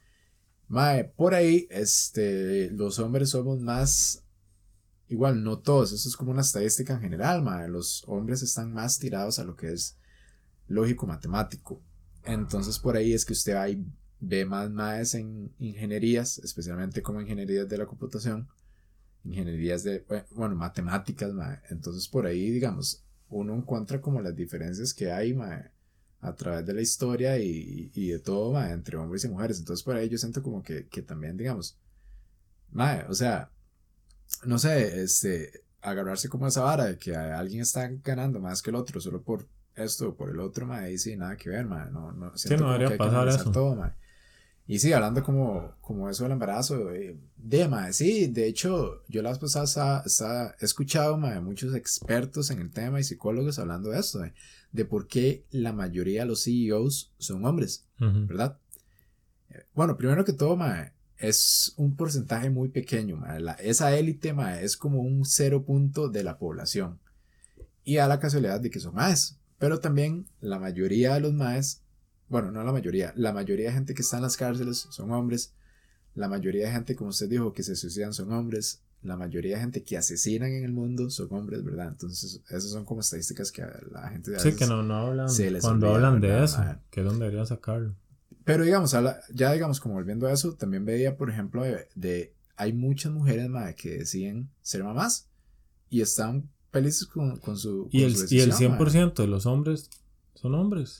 mae por ahí, este, los hombres somos más, igual, no todos, eso es como una estadística en general, mae, los hombres están más tirados a lo que es lógico-matemático. Entonces por ahí es que usted va y ve más maes en ingenierías, especialmente como ingenierías de la computación, ingenierías de, bueno, matemáticas, mae. Entonces por ahí, digamos, uno encuentra como las diferencias que hay, mae, a través de la historia y, y de todo, mae, entre hombres y mujeres. Entonces por ahí yo siento como que, que también, digamos, mae, o sea, no sé, este, agarrarse como esa vara de que alguien está ganando más que el otro solo por esto o por el otro, mae, y sí, nada que ver, mae, no, no, siento sí, no como debería que hay pasar que eso. todo, mae. Y sí, hablando como, como eso del embarazo, eh, de, mae, sí, de hecho, yo las pasadas he escuchado, mae, muchos expertos en el tema y psicólogos hablando de esto, de, de por qué la mayoría de los C E Os son hombres, uh-huh. ¿verdad? Bueno, primero que todo, mae, es un porcentaje muy pequeño, mae, la, esa élite, mae, es como un cero punto de la población, y a la casualidad de que son maes, pero también la mayoría de los maes, bueno, no la mayoría, la mayoría de gente que está en las cárceles son hombres, la mayoría de gente, como usted dijo, que se suicidan son hombres, la mayoría de gente que asesinan en el mundo son hombres, ¿verdad? Entonces, esas son como estadísticas que a la gente de sí, que no, no hablan, se les cuando olvida, hablan ¿verdad, de eso, mae? que es donde deberían sacarlo. Pero digamos, ya digamos, como volviendo a eso, también veía, por ejemplo, de, de hay muchas mujeres, mae, que deciden ser mamás y están felices con, con su, y, con el, su decisión, y el cien por ciento mae. de los hombres son hombres.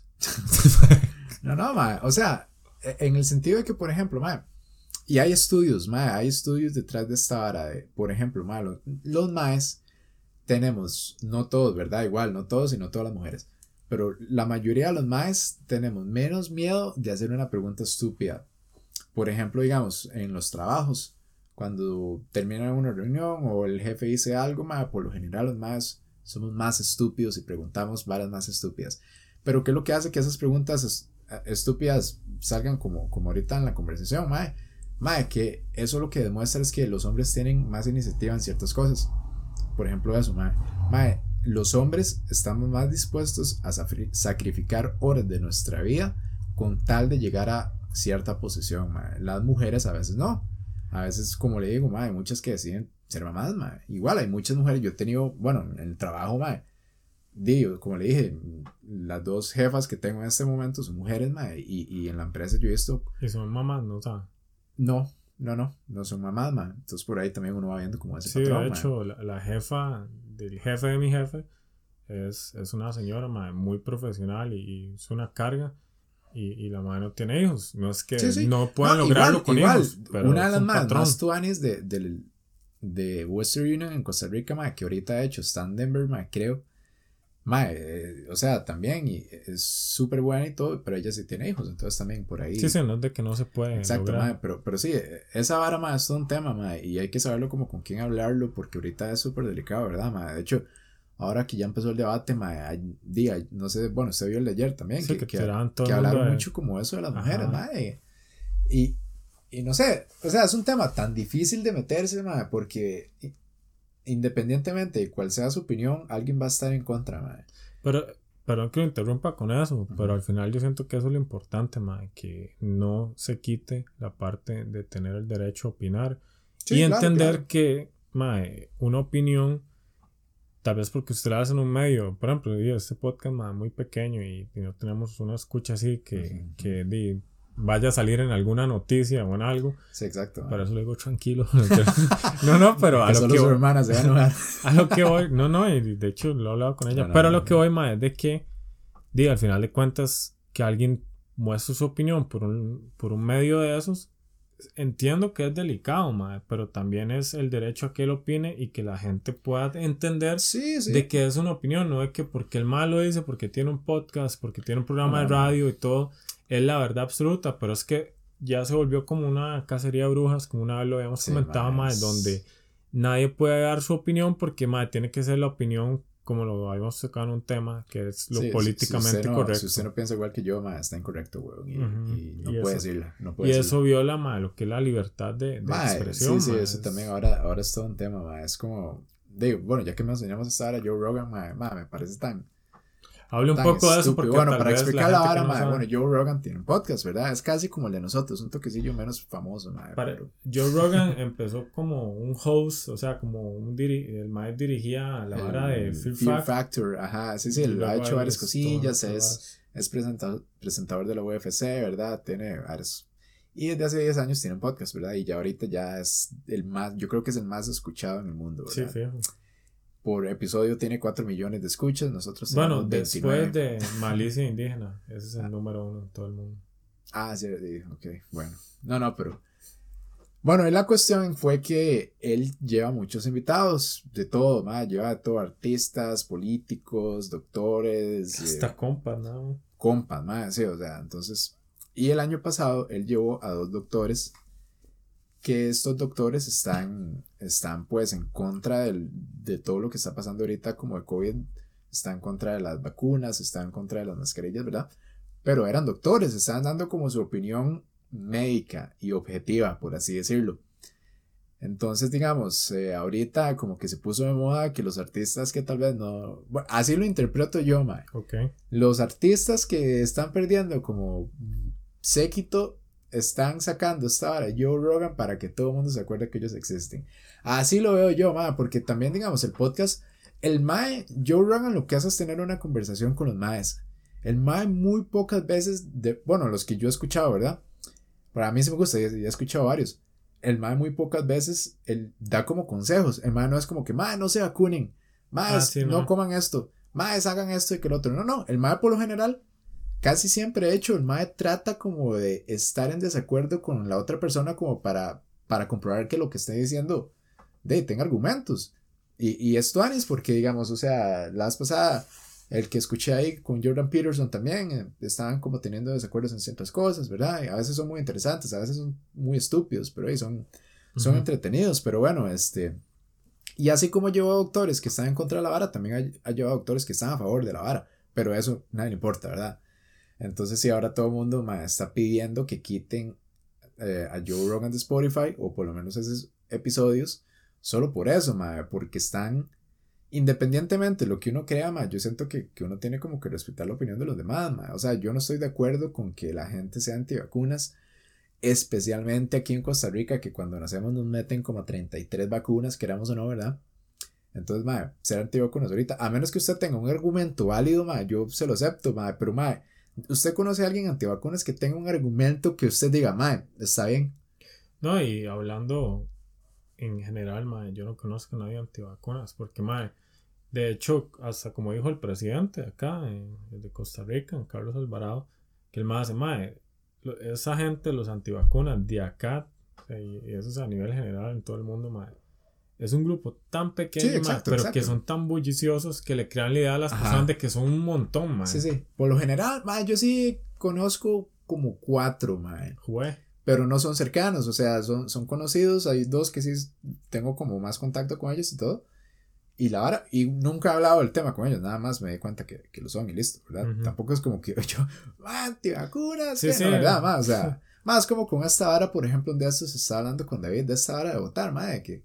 No, no, mae, o sea, en el sentido de que, por ejemplo, mae, y hay estudios, mae, hay estudios detrás de esta vara de, por ejemplo, mae, los, los maes tenemos, no todos, ¿verdad? Igual, no todos y no todas las mujeres, pero la mayoría de los maes tenemos menos miedo de hacer una pregunta estúpida. Por ejemplo, digamos, en los trabajos, cuando termina una reunión o el jefe dice algo, mae, por lo general los maes somos más estúpidos y preguntamos varas más estúpidas. Pero ¿qué es lo que hace que esas preguntas est- estúpidas salgan como, como ahorita en la conversación, mae? Mae, que eso lo que demuestra es que los hombres tienen más iniciativa en ciertas cosas. Por ejemplo eso, mae. Mae, los hombres estamos más dispuestos a sacrificar horas de nuestra vida con tal de llegar a cierta posición, mae. Las mujeres a veces no. A veces, como le digo, mae, hay muchas que deciden ser mamás, mae. Igual hay muchas mujeres, yo he tenido, bueno, en el trabajo, mae, digo, como le dije, las dos jefas que tengo en este momento son mujeres, mae, y, y en la empresa yo he visto... ¿Y son mamás, no sabes? No, no, no, no son mamás, mae. Entonces por ahí también uno va viendo como ese sí, patrón, de hecho, la, la jefa del jefe de mi jefe es, es una señora, mae, muy profesional y, y es una carga. Y, y la madre no tiene hijos. No es que sí, sí. no puedan no, lograrlo igual, con igual, hijos. Pero una de las más, más tuanis de, de, de Western Union en Costa Rica, mae, que ahorita de hecho está en Denver, mae, creo. Mae, eh, o sea, también y es súper buena y todo, pero ella sí tiene hijos, entonces también por ahí. Sí, sí, no es de que no se puede. Exacto, lograr. Mae, pero, pero sí, esa vara, mae, es todo un tema, mae, y hay que saberlo como con quién hablarlo, porque ahorita es súper delicado, ¿verdad, mae? De hecho, ahora que ya empezó el debate, mae, hay día, no sé, bueno, usted vio el de ayer también, sí, que, que, que, que, que hablaron de... mucho como eso de las Ajá. mujeres, mae, y, y no sé, o sea, es un tema tan difícil de meterse, mae, porque independientemente de cuál sea su opinión, alguien va a estar en contra, mae. Pero, perdón que lo interrumpa con eso, uh-huh. pero al final yo siento que eso es lo importante, mae, que no se quite la parte de tener el derecho a opinar sí, y claro, entender claro. que, mae, una opinión, tal vez porque usted la hace en un medio, por ejemplo, este podcast, mae, muy pequeño y, y no tenemos una escucha así que, uh-huh. que di, vaya a salir en alguna noticia o en algo. Sí, exacto. Para eso le digo tranquilo. No, no, pero a que lo solo que su voy, hermana se va a enojar. A lo que voy, no, no, y de hecho lo he hablado con ella, no, no, pero a lo no, que voy, ma, es de que, diga, al final de cuentas, que alguien muestre su opinión por un, por un medio de esos, entiendo que es delicado, ma, pero también es el derecho a que él opine y que la gente pueda entender sí, sí. de que es una opinión, no es que porque el mal lo dice, porque tiene un podcast, porque tiene un programa no, de radio y todo, es la verdad absoluta, pero es que ya se volvió como una cacería de brujas, como una vez lo habíamos sí, comentado, más donde nadie puede dar su opinión porque mae, tiene que ser la opinión como lo habíamos tocado en un tema, que es lo sí, políticamente si no, correcto. Si usted no piensa igual que yo, ma, está incorrecto, weón. Y, uh-huh. y no y puede eso, decirla. No puede y decirla. eso viola, ma, lo que es la libertad de, de ma, expresión. Sí, sí, ma, eso es... también ahora, ahora es todo un tema, ma. Es como, digo, bueno, ya que me enseñamos a estar a Joe Rogan, ma, ma, me parece tan... Hable un poco de eso porque bueno, tal para vez explicar la, la gente vara, no ma, sabe. bueno, Joe Rogan tiene un podcast, ¿verdad? Es casi como el de nosotros, un toquecillo menos famoso, ma, para, pero... Joe Rogan empezó como un host, o sea, como un diri el maestro dirigía la vara de Fear, Fear Fact. Factor, ajá, sí, sí, él ha hecho varias cosillas, es, es presentador, presentador de la U F C, ¿verdad? Tiene varios... Y desde hace diez años tiene un podcast, ¿verdad? Y ya ahorita ya es el más, yo creo que es el más escuchado en el mundo, ¿verdad? Sí, fijo. Por episodio tiene cuatro millones de escuchas, nosotros tenemos bueno, veintinueve. Después de Malicia Indígena, ese es el ah. número uno en todo el mundo. Ah, sí, ok, bueno. No, no, pero... Bueno, y la cuestión fue que él lleva muchos invitados, de todo, ma, lleva de todo, artistas, políticos, doctores. Hasta eh, compas, ¿no? Compas, ma, sí, o sea, entonces... Y el año pasado él llevó a dos doctores, que estos doctores están, están pues en contra del, de todo lo que está pasando ahorita como de COVID, están en contra de las vacunas, están en contra de las mascarillas, ¿verdad? Pero eran doctores, estaban dando como su opinión médica y objetiva, por así decirlo. Entonces, digamos, eh, ahorita como que se puso de moda que los artistas que tal vez no... Bueno, así lo interpreto yo, mae. Okay. Los artistas que están perdiendo como séquito están sacando esta vara Joe Rogan para que todo el mundo se acuerde que ellos existen. Así lo veo yo, mae, porque también, digamos, el podcast, el mae, Joe Rogan lo que hace es tener una conversación con los maes. El mae muy pocas veces, de, bueno, los que yo he escuchado, ¿verdad? Para mí sí me gusta, ya, ya he escuchado varios. El mae muy pocas veces, él da como consejos. El mae no es como que, mae, no se vacunen, mae, ah, sí, no, no coman esto, mae, hagan esto y que lo otro. No, no, el mae por lo general, casi siempre, de hecho, el mae trata como de estar en desacuerdo con la otra persona como para, para comprobar que lo que esté diciendo, de, tenga argumentos. Y, y esto es porque, digamos, o sea, la vez pasada, el que escuché ahí con Jordan Peterson también, eh, estaban como teniendo desacuerdos en ciertas cosas, ¿verdad? Y a veces son muy interesantes, a veces son muy estúpidos, pero ahí son, son uh-huh. entretenidos, pero bueno, este... Y así como llevó a doctores que están en contra de la vara, también ha, ha llevado a doctores que están a favor de la vara, pero eso nadie le importa, ¿verdad? Entonces sí, ahora todo el mundo ma, está pidiendo que quiten eh, a Joe Rogan de Spotify, o por lo menos esos episodios, solo por eso, ma, porque están... Independientemente de lo que uno crea, ma, yo siento que, que uno tiene como que respetar la opinión de los demás, ma. O sea, yo no estoy de acuerdo con que la gente sea antivacunas, especialmente aquí en Costa Rica, que cuando nacemos nos meten como treinta y tres vacunas, queramos o no, ¿verdad? Entonces, ma, ser antivacunas ahorita, a menos que usted tenga un argumento válido, ma, yo se lo acepto, ma, pero ma, ¿usted conoce a alguien antivacunas que tenga un argumento que usted diga, ma, está bien? No, y hablando en general, ma, yo no conozco a nadie antivacunas, porque, ma, de hecho, hasta como dijo el presidente acá, eh, de Costa Rica, Carlos Alvarado, que el ma hace, ma, esa gente, los antivacunas de acá, y eso es a nivel general en todo el mundo, ma, es un grupo tan pequeño, sí, exacto, ma, pero exacto. que son tan bulliciosos que le crean la idea a las Ajá. personas de que son un montón, ma. Sí, sí, por lo general, ma, yo sí conozco como cuatro, ma. Jue. Pero no son cercanos, o sea, son, son conocidos, hay dos que sí tengo como más contacto con ellos y todo, y la vara, y nunca he hablado del tema con ellos, nada más me di cuenta que, que lo son y listo, ¿verdad? Uh-huh. Tampoco es como que yo, antivacunas, sí, sí, no, ¿verdad? Más, o sea, más como con esta vara, por ejemplo, un día esto se está hablando con David de esta vara de votar, madre, que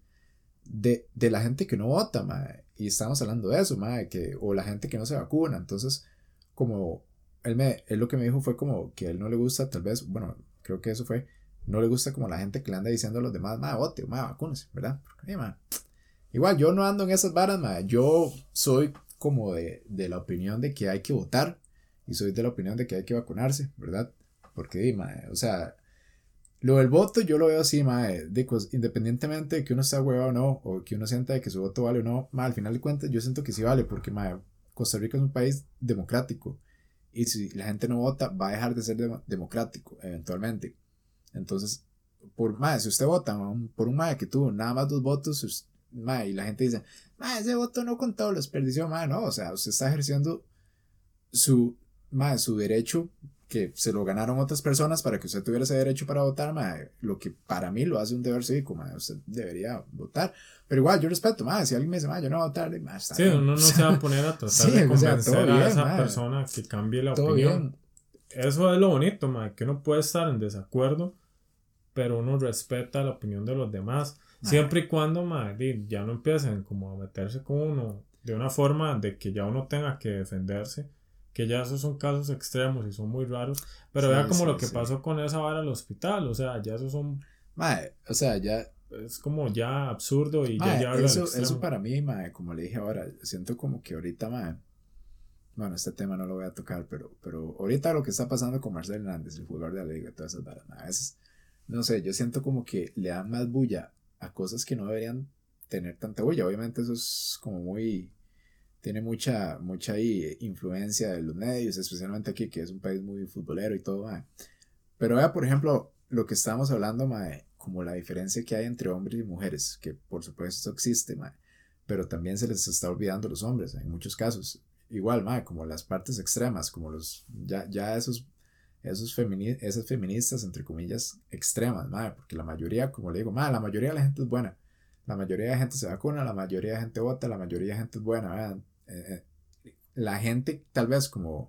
de, de la gente que no vota, madre, y estamos hablando de eso, madre, que, o la gente que no se vacuna, entonces, como, él, me, él lo que me dijo fue como que a él no le gusta, tal vez, bueno, creo que eso fue, no le gusta como la gente que le anda diciendo a los demás, ma, vote, ma, vacúnese, ¿verdad? Porque, ma, igual yo no ando en esas varas, ma, yo soy como de, de la opinión de que hay que votar y soy de la opinión de que hay que vacunarse, ¿verdad? Porque, ma, o sea, lo del voto yo lo veo así, ma, de, independientemente de que uno sea hueva o no, o que uno sienta de que su voto vale o no, ma, al final de cuentas yo siento que sí vale, porque, ma, Costa Rica es un país democrático. Y si la gente no vota, va a dejar de ser de- democrático, eventualmente. Entonces, por más, si usted vota por un mae que tuvo nada más dos votos, mae, y la gente dice, mae, ese voto no contó, lo desperdició, mae, no, o sea, usted está ejerciendo su, mae, su derecho, que se lo ganaron otras personas para que usted tuviera ese derecho para votar, mae, lo que para mí lo hace un deber cívico, mae, usted debería votar. Pero igual, yo respeto, mae, si alguien me dice, mae, yo no voy a votar, mae, está sí, bien. uno no se va a poner a tratar sí, de convencer o sea, bien, a esa mae, persona que cambie la opinión. Bien. Eso es lo bonito, mae, que uno puede estar en desacuerdo, pero uno respeta la opinión de los demás. Mae. Siempre y cuando, mae, ya no empiecen como a meterse con uno de una forma de que ya uno tenga que defenderse. Que ya esos son casos extremos y son muy raros. Pero sí, vea como sí, lo que sí. pasó con esa vara al hospital. O sea, ya esos son... Mae, o sea, ya... Es como ya absurdo y mae, ya... ya eso, eso para mí, mae, como le dije ahora, siento como que ahorita, mae... Bueno, este tema no lo voy a tocar, pero, pero ahorita lo que está pasando con Marcel Hernández, el jugador de la liga y todas esas varas, mae, es, no sé, yo siento como que le dan más bulla a cosas que no deberían tener tanta bulla. Obviamente eso es como muy... Tiene mucha, mucha ahí influencia de los medios, especialmente aquí, que es un país muy futbolero y todo, mae. Pero vea, por ejemplo, lo que estábamos hablando, mae, como la diferencia que hay entre hombres y mujeres, que por supuesto existe, mae, pero también se les está olvidando a los hombres, en muchos casos. Igual, mae, como las partes extremas, como los, ya, ya esos, esos femini, esas feministas, entre comillas, extremas, mae, porque la mayoría, como le digo, mae, la mayoría de la gente es buena. La mayoría de la gente se vacuna, la mayoría de la gente vota, la mayoría de la gente es buena, ¿verdad? Eh, la gente tal vez como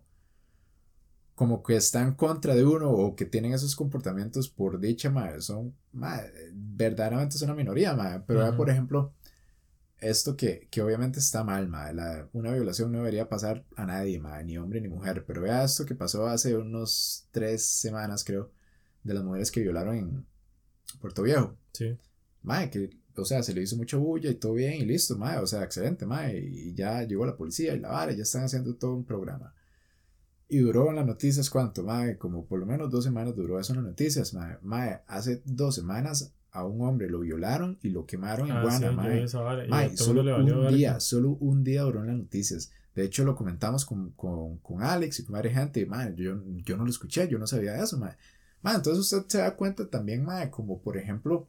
como que está en contra de uno o que tienen esos comportamientos por dicha, madre, son madre, verdaderamente es una minoría, madre. Pero uh-huh. por ejemplo esto que, que obviamente está mal, madre, la, una violación no debería pasar a nadie, madre, ni hombre ni mujer, pero vea esto que pasó hace unos tres semanas creo, de las mujeres que violaron en Puerto Viejo, sí. madre, que o sea, se le hizo mucha bulla y todo bien y listo, mae, o sea, excelente, mae, y ya llegó la policía y la vara, ya están haciendo todo un programa. Y duró en las noticias, ¿cuánto, mae? Como por lo menos dos semanas duró eso en las noticias, mae. Mae, hace dos semanas a un hombre lo violaron y lo quemaron en ah, Guana, sí, mae. Vara, mae, solo un día, solo un día duró en las noticias. De hecho, lo comentamos con, con, con Alex y con varias gente, y mae, yo, yo no lo escuché, yo no sabía eso, mae. Mae, entonces usted se da cuenta también, mae, como por ejemplo,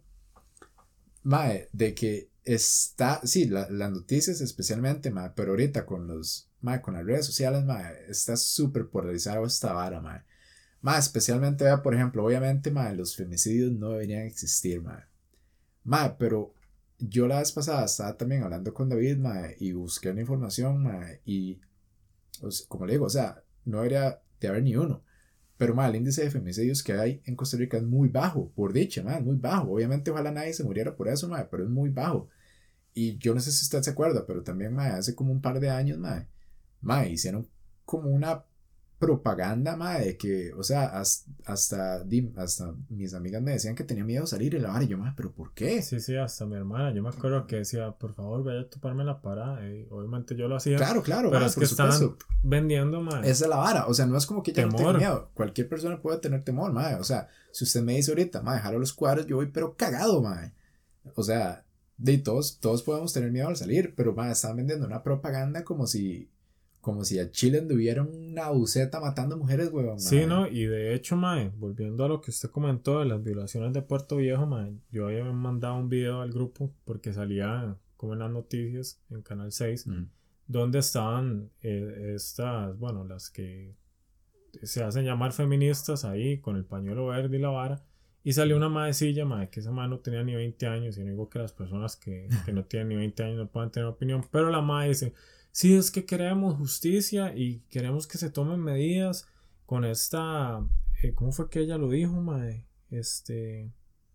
mae, de que está, sí, la, las noticias especialmente, mae, pero ahorita con los, mae, con las redes sociales, mae, está súper polarizado esta vara, mae. Mae, especialmente, vea, por ejemplo, obviamente, mae, los femicidios no deberían existir, mae. Mae, pero yo la vez pasada estaba también hablando con David, mae, y busqué una información, mae, y, o sea, como le digo, o sea, no debería de haber ni uno. Pero, mae, el índice de femicidios que hay en Costa Rica es muy bajo, por dicha, mae, es muy bajo. Obviamente, ojalá nadie se muriera por eso, mae, pero es muy bajo. Y yo no sé si usted se acuerda, pero también, mae, hace como un par de años, mae, mae, hicieron como una propaganda, mae, de que, o sea, hasta, hasta, hasta mis amigas me decían que tenía miedo de salir y la vara, y yo, mae, ¿pero por qué? Sí, sí, hasta mi hermana, yo me acuerdo que decía, por favor, vaya a toparme la parada, y obviamente yo lo hacía. Claro, claro, pero mae, es que estaban vendiendo, mae. Esa es la vara, o sea, no es como que yo no tenga miedo, cualquier persona puede tener temor, mae, o sea, si usted me dice ahorita, mae, jalo los cuadros, yo voy pero cagado, mae, o sea, de todos, todos podemos tener miedo al salir, pero mae, estaban vendiendo una propaganda como si como si a Chile anduviera una buceta matando mujeres, huevón. Sí, no, y de hecho, mae, volviendo a lo que usted comentó de las violaciones de Puerto Viejo, mae, yo había mandado un video al grupo porque salía como en las noticias en Canal seis, mm. donde estaban eh, estas, bueno, las que se hacen llamar feministas ahí con el pañuelo verde y la vara, y salió una maecilla, mae, que esa mae no tenía ni veinte años, y no digo que las personas que, que no tienen ni veinte años no puedan tener opinión, pero la mae dice, sí, es que queremos justicia y queremos que se tomen medidas con esta, eh, ¿cómo fue que ella lo dijo, mae? Este,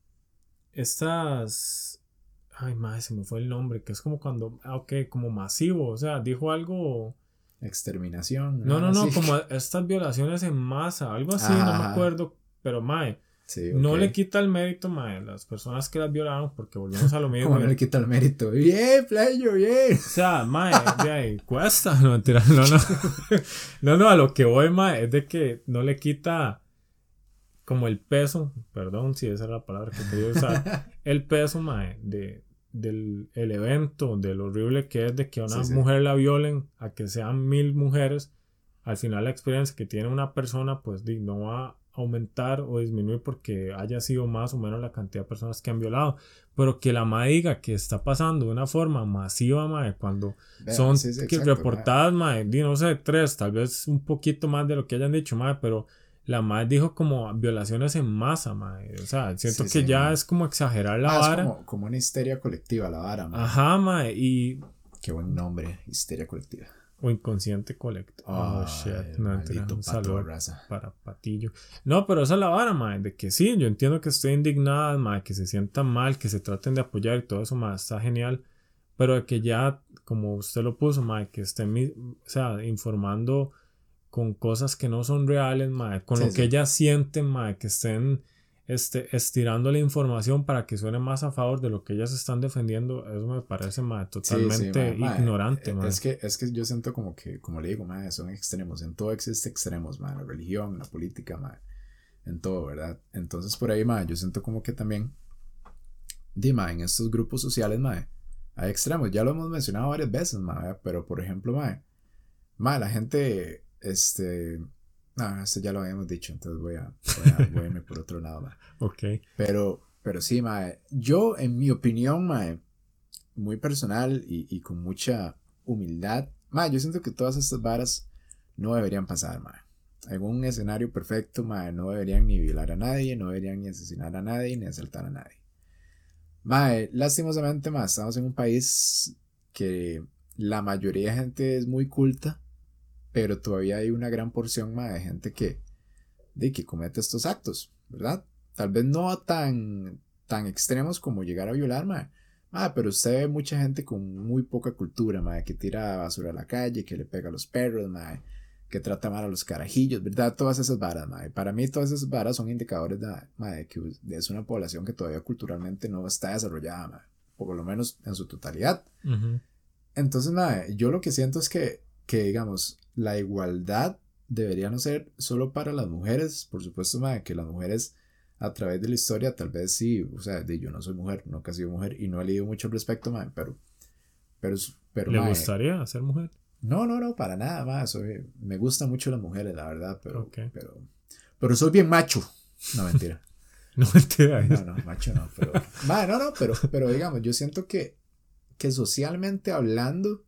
estas, ay, mae, se me fue el nombre, que es como cuando, ah, ok, como masivo, o sea, dijo algo. Exterminación. No, no, no, no como estas violaciones en masa, algo así, ajá, no me acuerdo, pero mae. Sí, okay. No le quita el mérito, mae, las personas que las violaron, porque volvemos a lo mismo. No le quita el mérito. Bien, playo, bien. O sea, mae, de ahí, cuesta. No, mentira, no, no. No, no, a lo que voy, mae, es de que no le quita como el peso, perdón si esa es la palabra que quería usar, el peso, mae, de, del el evento, de lo horrible que es de que a una sí, mujer sí. la violen, a que sean mil mujeres. Al final la experiencia que tiene una persona, pues, no va aumentar o disminuir porque haya sido más o menos la cantidad de personas que han violado, pero que la mae diga que está pasando de una forma masiva, mae, cuando Vean, son sí, sí, exacto, reportadas, mae, mae, no sé, tres, tal vez un poquito más de lo que hayan dicho, mae, pero la madre dijo como violaciones en masa, madre. O sea, siento Sí, que sí, ya madre. es como exagerar la Ah, es vara. como, como una histeria colectiva la vara, madre. Ajá, madre. Y... Qué buen nombre, histeria colectiva. O inconsciente colectivo. Oh, shit. Ay, No, mentira. maldito Un pato saludo Barraza. para Patillo. No, pero esa es la vara, madre. De que sí, yo entiendo que estoy indignada, madre. Que se sientan mal, que se traten de apoyar y todo eso, madre. Está genial. Pero de que ya, como usted lo puso, madre, que estén, o sea, informando con cosas que no son reales, madre. Con Sí, lo que sí. ellas sienten, madre. Que estén este, estirando la información para que suene más a favor de lo que ellas están defendiendo. Eso me parece, madre, Sí, sí, totalmente mae, mae, ignorante, eh, madre. Es que, es que yo siento como que, como le digo, mae, son extremos. En todo existe extremos, mae. En la religión, en la política, mae. En todo, ¿verdad? Entonces por ahí, mae, yo siento como que también, di, mae, en estos grupos sociales, mae, hay extremos. Ya lo hemos mencionado varias veces, mae. Pero por ejemplo, mae, mae, la gente, este, no, esto ya lo habíamos dicho, entonces voy a, voy a, voy a irme por otro lado, mae. Ok. Pero, pero sí, mae, yo, en mi opinión, mae, muy personal y, y con mucha humildad, mae, yo siento que todas estas varas no deberían pasar, mae. En un escenario perfecto, mae, no deberían ni violar a nadie, no deberían ni asesinar a nadie, ni asaltar a nadie. Mae, lastimosamente, mae, estamos en un país que la mayoría de gente es muy culta, pero todavía hay una gran porción, mae, de gente que, de que comete estos actos, ¿verdad? Tal vez no tan, tan extremos como llegar a violar, mae. Ah, pero usted ve mucha gente con muy poca cultura, mae, que tira basura a la calle, que le pega a los perros, mae, que trata mal a los carajillos, ¿verdad? Todas esas varas, mae. Para mí todas esas varas son indicadores de, mae, que es una población que todavía culturalmente no está desarrollada, mae, por lo menos en su totalidad. Uh-huh. Entonces, mae, yo lo que siento es que, que, digamos, la igualdad debería no ser solo para las mujeres, por supuesto, mae, que las mujeres a través de la historia, tal vez sí, o sea, de, yo no soy mujer, nunca he sido mujer y no he leído mucho al respecto, mae, pero, pero, pero, ¿Le mae, gustaría ser mujer? No, no, no, para nada, mae, soy, me gustan mucho las mujeres, la verdad, pero, okay. pero, pero soy bien macho, no, mentira. No, mentira. No, no, macho no, pero, mae, no, no, pero, pero digamos, yo siento que, que socialmente hablando,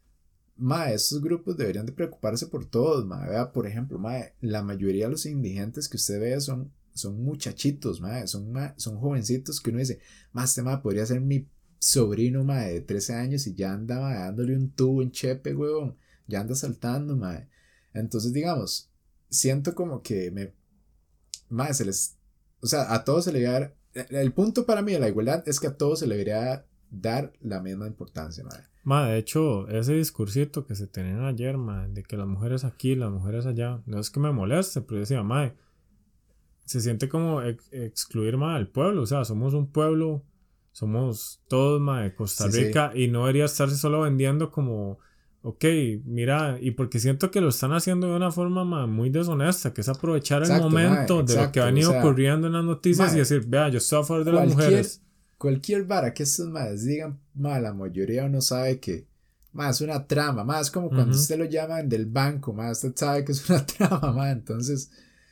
mae, estos grupos deberían de preocuparse por todos, mae, vea, por ejemplo, mae, la mayoría de los indigentes que usted ve son son muchachitos, mae, son, mae, son jovencitos que uno dice, más este mae podría ser mi sobrino, mae, de trece años y ya anda, mae, dándole un tubo en chepe, huevón, ya anda saltando, mae. Entonces, digamos, siento como que me, mae, se les, o sea, a todos se le debería dar, el punto para mí de la igualdad es que a todos se le debería dar la misma importancia, mae. Ma, de hecho, ese discursito que se tenían ayer, ma, de que las mujeres aquí, las mujeres allá, no es que me moleste, pero yo decía, ma, se siente como ex excluir más al pueblo, o sea, somos un pueblo, somos todos más de Costa Rica, sí, sí. Y no debería estarse solo vendiendo como, ok, mira, y porque siento que lo están haciendo de una forma ma, muy deshonesta, que es aprovechar exacto, el momento mae, exacto, de lo que ha venido o sea, ocurriendo en las noticias mae, y decir, vea, yo estoy a favor de las mujeres. Cualquier vara que estos madres digan, ma, la mayoría uno sabe que ma, es una trama, ma, es como cuando uh-huh. usted lo llaman del banco, ma, usted sabe que es una trama, ma, entonces...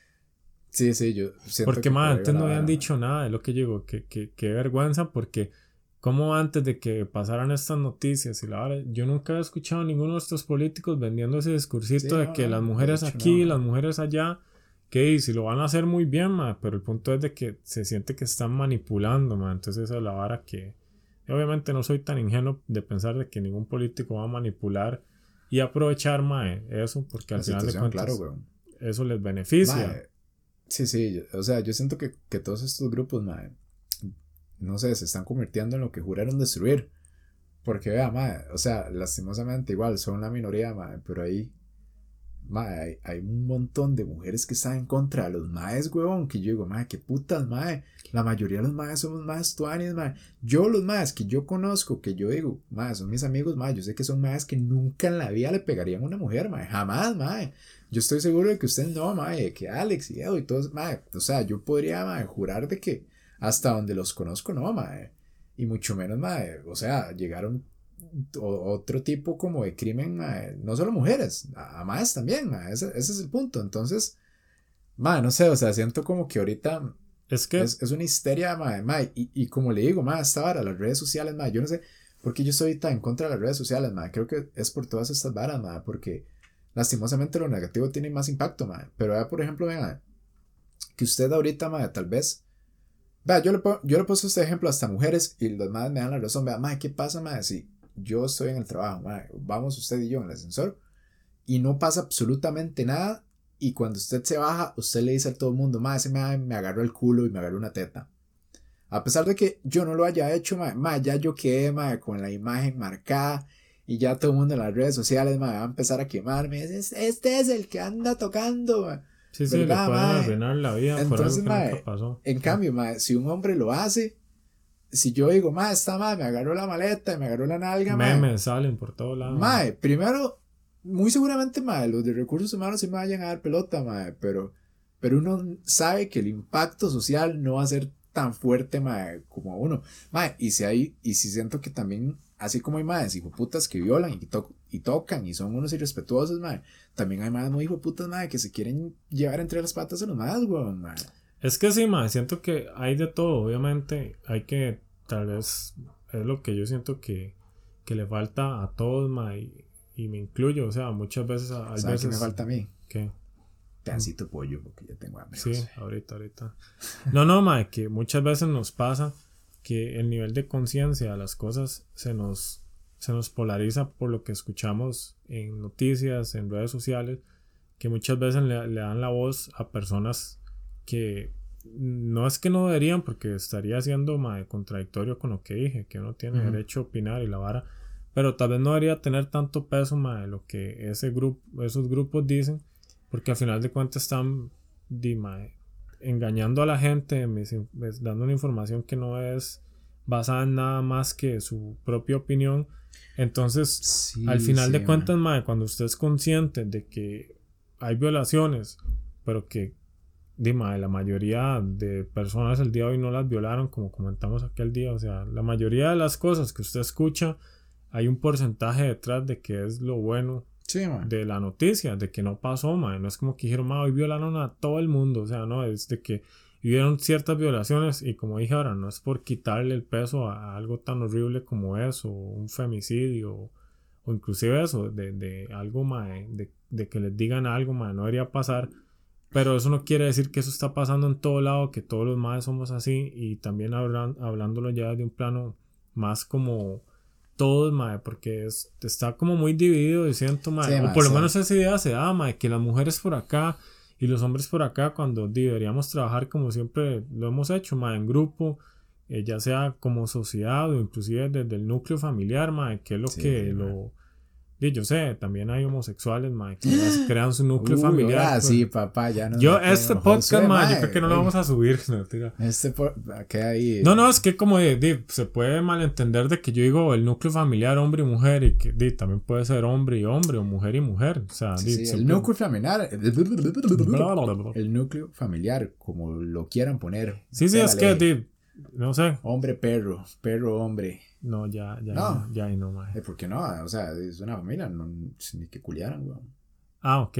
Sí, sí, yo siento porque, que ma, antes no habían vara, dicho man. Nada, es lo que digo, que, que, que vergüenza, porque como antes de que pasaran estas noticias y la vara, yo nunca he escuchado a ninguno de estos políticos vendiendo ese discursito sí, de no, que no, las mujeres hecho, aquí, no, las mujeres allá, que si lo van a hacer muy bien, ma, pero el punto es de que se siente que están manipulando, ma, entonces esa es la vara que, obviamente no soy tan ingenuo de pensar de que ningún político va a manipular y aprovechar, ma, eso, porque al la final de cuentas, claro, eso les beneficia. Ma, Sí, sí, o sea, yo siento que, que todos estos grupos, mae, no sé, se están convirtiendo en lo que juraron destruir. Porque, vea, mae, o sea, lastimosamente igual son la minoría, mae, pero ahí, mae, hay, hay un montón de mujeres que están en contra de los maes, huevón, que yo digo, mae, qué putas, mae, la mayoría de los maes somos más tuanis, mae. Yo, los maes que yo conozco, que yo digo, mae, son mis amigos, mae, yo sé que son maes que nunca en la vida le pegarían a una mujer, mae, jamás, mae. Yo estoy seguro de que usted no, mae, que Alex y Edo y todos, mae, o sea, yo podría, mae, jurar de que hasta donde los conozco, no, mae, y mucho menos, mae, o sea, llegaron o, otro tipo como de crimen, mae, no solo mujeres, a, a más también, mae, ese, ese es el punto, entonces, mae, no sé, o sea, siento como que ahorita es que es, es una histeria, mae, mae, y, y como le digo, mae, hasta ahora las redes sociales, mae, yo no sé por qué yo estoy tan en contra de las redes sociales, mae, creo que es por todas estas varas, mae, porque lastimosamente lo negativo tiene más impacto, mae. Pero vea, por ejemplo, venga, que usted ahorita, mae, tal vez, vea, yo le, pongo, yo le puse este ejemplo hasta mujeres y los más me dan la razón, vea, mae, ¿qué pasa, mae? Si yo estoy en el trabajo, mae, vamos usted y yo en el ascensor y no pasa absolutamente nada y cuando usted se baja, usted le dice a todo el mundo, mae, ese mae me agarró el culo y me agarró una teta. A pesar de que yo no lo haya hecho, mae, mae ya yo quedé, mae, con la imagen marcada y ya todo el mundo en las redes sociales, mae, va a empezar a quemarme. Este es el que anda tocando, mae. Sí, sí, le pueden arruinar la vida. Entonces, por algo que mae, nunca pasó. En cambio, mae, si un hombre lo hace, si yo digo, mae, esta mae me agarró la maleta y me agarró la nalga, mae. Memes salen por todos lados. Mae, primero, muy seguramente, mae, los de recursos humanos sí me vayan a dar pelota, mae, pero, pero uno sabe que el impacto social no va a ser tan fuerte, mae, como uno. Mae, y si hay, y si siento que también, así como hay maes hijoputas que violan y, to y tocan y son unos irrespetuosos, mae, también hay maes muy hijoputas, mae, que se quieren llevar entre las patas a los maes, weón, mae. Es que sí, mae, siento que hay de todo, obviamente, hay que, tal vez, es lo que yo siento que, que le falta a todos, mae, y, y me incluyo, o sea, muchas veces, hay ¿Sabes veces... qué me falta a mí? ¿Qué? Pedacito de pollo, porque ya tengo hambre. Sí, ahorita, ahorita. No, no, mae, que muchas veces nos pasa que el nivel de conciencia de las cosas se nos, se nos polariza por lo que escuchamos en noticias, en redes sociales, que muchas veces le, le dan la voz a personas que no es que no deberían, porque estaría siendo, mae, contradictorio con lo que dije, que uno tiene uh-huh. derecho a opinar y la vara, pero tal vez no debería tener tanto peso, mae, lo que ese grupo, esos grupos dicen, porque al final de cuentas están di, mae, engañando a la gente, dando una información que no es basada en nada más que su propia opinión. Entonces, sí, al final sí, de cuentas, mae, cuando usted es consciente de que hay violaciones, pero que di, mae, la mayoría de personas el día de hoy no las violaron, como comentamos aquel día, o sea, la mayoría de las cosas que usted escucha, hay un porcentaje detrás de que es lo bueno. Sí, de la noticia, de que no pasó, man. No es como que dijeron, man, hoy violaron a todo el mundo, o sea, no, es de que hubieron ciertas violaciones y como dije ahora, no es por quitarle el peso a, a algo tan horrible como eso, un femicidio, o, o inclusive eso, de, de algo, man, de, de que les digan algo, man, no debería pasar, pero eso no quiere decir que eso está pasando en todo lado, que todos los más somos así, y también hablan, hablándolo ya de un plano más como... todos, mae, porque es, está como muy dividido y siento, mae, sí, o por lo sí. menos esa idea se da, mae, que las mujeres por acá y los hombres por acá cuando deberíamos trabajar como siempre lo hemos hecho, mae, en grupo, eh, ya sea como sociedad o inclusive desde el núcleo familiar, mae, que es lo sí, que sí, lo... Y yo sé, también hay homosexuales, mae, que crean su núcleo uh, familiar. Ah, pues. Sí, papá, ya no. Yo, este podcast, José, mae, yo creo que no lo vamos a subir. No, tira. Este, por, ¿qué hay? No, no, es que como de, de, se puede malentender de que yo digo el núcleo familiar hombre y mujer y que de, también puede ser hombre y hombre o mujer y mujer. O sea, sí, de, sí, el núcleo familiar, el núcleo familiar, como lo quieran poner. Sí, sí, es que, de, no sé. Hombre, perro, perro, hombre. No, ya, ya, no. ya, ya no, mae. ¿Por qué no? O sea, es una familia, no, ni que culiaran, weón. Ah, ok.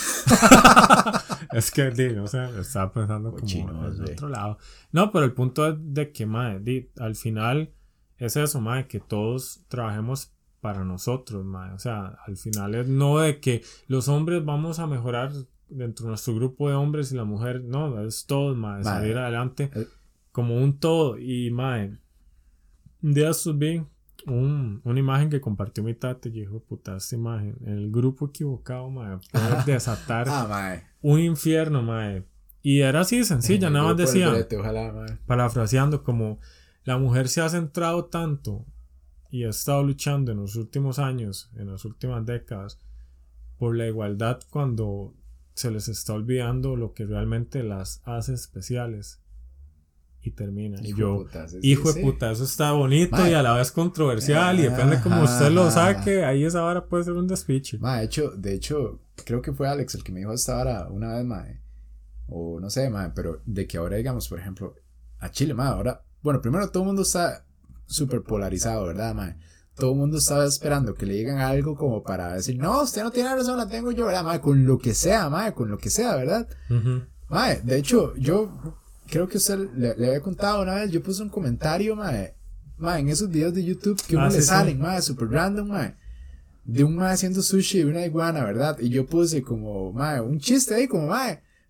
Es que, di, no sé, estaba pensando como en otro lado. No, pero el punto es de que, mae, di, al final es eso, mae, que todos trabajemos para nosotros, mae. O sea, al final es no de que los hombres vamos a mejorar dentro de nuestro grupo de hombres y la mujer, no, es todos, mae, mae salir adelante eh. como un todo. Y, mae, un día subí un, una imagen que compartió mi tata y yo dije, puta, esta imagen en el grupo equivocado, mae, puede desatar ah, mae. un infierno, mae. Y era así de sencilla, nada más decía, brete, ojalá, mae. Parafraseando, como la mujer se ha centrado tanto y ha estado luchando en los últimos años, en las últimas décadas, por la igualdad cuando se les está olvidando lo que realmente las hace especiales. Y termina. Hijo y yo, puta, sí, hijo sí, de puta, eso está bonito mae. Y a la vez controversial. Eh, y depende de cómo usted lo saque. Ahí esa vara puede ser un despiche. Ma, de hecho, de hecho, creo que fue Alex el que me dijo esta vara una vez, mae. O no sé, mae, pero de que ahora, digamos, por ejemplo, a Chile, mae, ahora, bueno, primero todo el mundo está súper polarizado, ¿verdad, mae? Todo el mundo estaba esperando que le digan algo como para decir, no, usted no tiene razón, la tengo yo, ¿verdad, mae? Con lo que sea, mae, con lo que sea, ¿verdad? Uh-huh. Mae, de hecho, yo. Creo que usted le, le había contado una vez, yo puse un comentario, mae, mae, en esos videos de YouTube que uno ah, le sí, salen, sí. mae, super random, mae, de un mae haciendo sushi y una iguana, ¿verdad? Y yo puse como, mae, un chiste ahí, como, mae,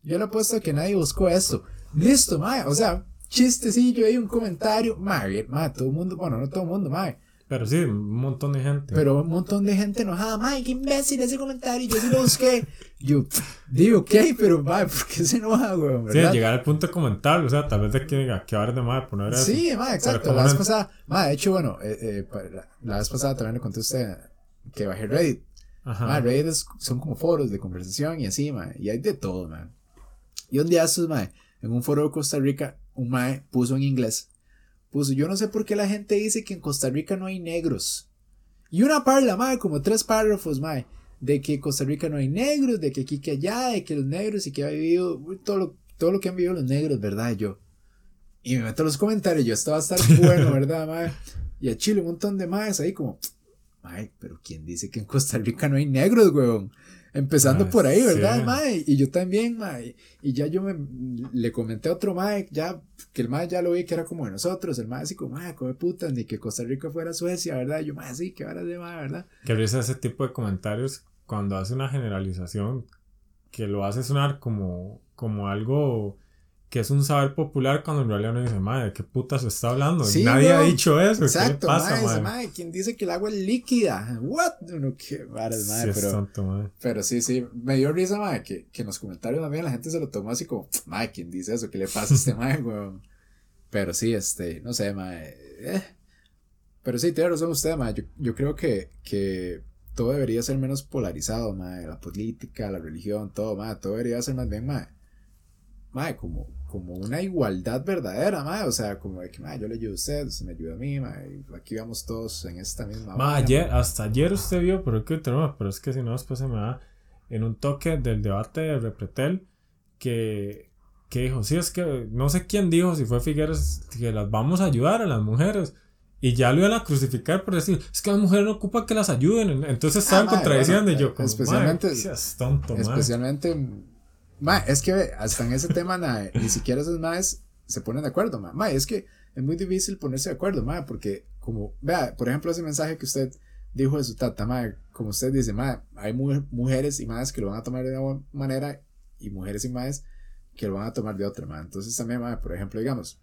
yo le apuesto a que nadie buscó esto. Listo, mae, o sea, chistecillo ahí, un comentario, mae, mae, todo el mundo, bueno, no todo el mundo, mae. Pero sí, un montón de gente. Pero un montón de gente enojada, mae, qué imbécil ese comentario, yo sí lo busqué. Yo digo, ok, pero mae, ¿por qué se enoja, weón? Sí, llegar al punto de comentarlo, o sea, tal vez de que diga, que ahora de mae poner eso. Sí, mae, exacto, la vez no... pasada, mae, de hecho, bueno, eh, eh, la, la vez pasada también le conté a usted que bajé Reddit. Ajá. Mae, Reddit es, son como foros de conversación y así, mae, y hay de todo, mae. Y un día estos, mae, en un foro de Costa Rica, un mae puso en inglés, puso, yo no sé por qué la gente dice que en Costa Rica no hay negros. Y una parla, mae, como tres párrafos, mae, de que en Costa Rica no hay negros, de que aquí que allá, de que los negros y que ha vivido, todo lo, todo lo que han vivido los negros, ¿verdad? Y yo, y me meto en los comentarios, yo, esto va a estar bueno, ¿verdad, mae? Y a Chile un montón de maes ahí como, mae, pero ¿quién dice que en Costa Rica no hay negros, weón? Empezando mae, por ahí, ¿verdad, sí. mae? Y yo también, mae. Y ya yo me le comenté a otro mae, ya, que el mae ya lo vi que era como de nosotros. El mae así como, mae, come putas, ni que Costa Rica fuera Suecia, ¿verdad? Y yo, mae, sí, que ahora de mae, ¿verdad? Que risa ese tipo de comentarios cuando hace una generalización que lo hace sonar como, como algo que es un saber popular cuando en realidad uno dice, mae, ¿de qué putas se está hablando? Sí, nadie no. ha dicho eso. Exacto, ¿qué le pasa, mae, mae? mae? ¿Quién dice que el agua es líquida? What? Uno, qué varas, mae, sí, pero, es tonto, mae. Pero sí, sí, me dio risa, mae, que, que en los comentarios también la gente se lo tomó así como, mae, ¿quién dice eso? ¿Qué le pasa a este mae, weón? Pero sí, este, no sé, mae, eh. Pero sí, tiene razón usted, mae, yo, yo creo que, que todo debería ser menos polarizado, mae, la política, la religión, todo, mae, todo debería ser más bien, mae, mae, como, como una igualdad verdadera, mae, o sea, como de que, mae, yo le ayudo a usted, usted me ayuda a mí, mae, aquí vamos todos en esta misma... Ma, ayer, hasta ayer usted vio, pero, que, pero es que si no después se me da, en un toque del debate de Repretel, que, que dijo, sí, es que, no sé quién dijo, si fue Figueres, que las vamos a ayudar a las mujeres, y ya lo iban a crucificar por decir, es que las mujeres no ocupan que las ayuden, entonces estaban ah, contradiciendo, bueno, y yo como, especialmente, mae, seas tonto, especialmente... Ma, es que hasta en ese tema na, ni siquiera esos maes se ponen de acuerdo, ma. Ma, es que es muy difícil ponerse de acuerdo, ma, porque como, vea, por ejemplo ese mensaje que usted dijo de su tata, ma, como usted dice, ma, hay mu- mujeres y maes que lo van a tomar de una manera y mujeres y maes que lo van a tomar de otra, ma. Entonces también, ma, por ejemplo, digamos,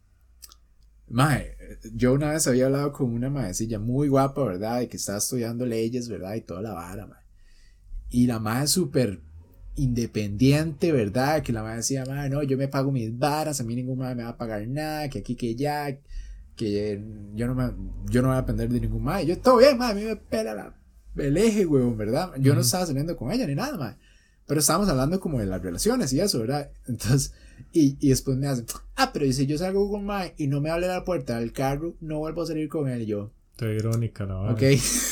ma, yo una vez había hablado con una maecilla muy guapa, ¿verdad? Y que estaba estudiando leyes, ¿verdad? Y toda la vara, ma. Y la mae es súper independiente, ¿verdad? Que la madre decía, madre, no, yo me pago mis varas, a mí ningún madre me va a pagar nada, que aquí, que allá, que yo no me, yo no voy a depender de ningún madre. Yo, todo bien, madre, a mí me pela la, el eje, huevón, ¿verdad? Yo uh-huh. no estaba saliendo con ella ni nada, madre. Pero estábamos hablando como de las relaciones y eso, ¿verdad? Entonces, y, y después me hacen, ah, pero si yo salgo con madre y no me abre la puerta del carro, no vuelvo a salir con él. Y yo, estoy irónica, la verdad.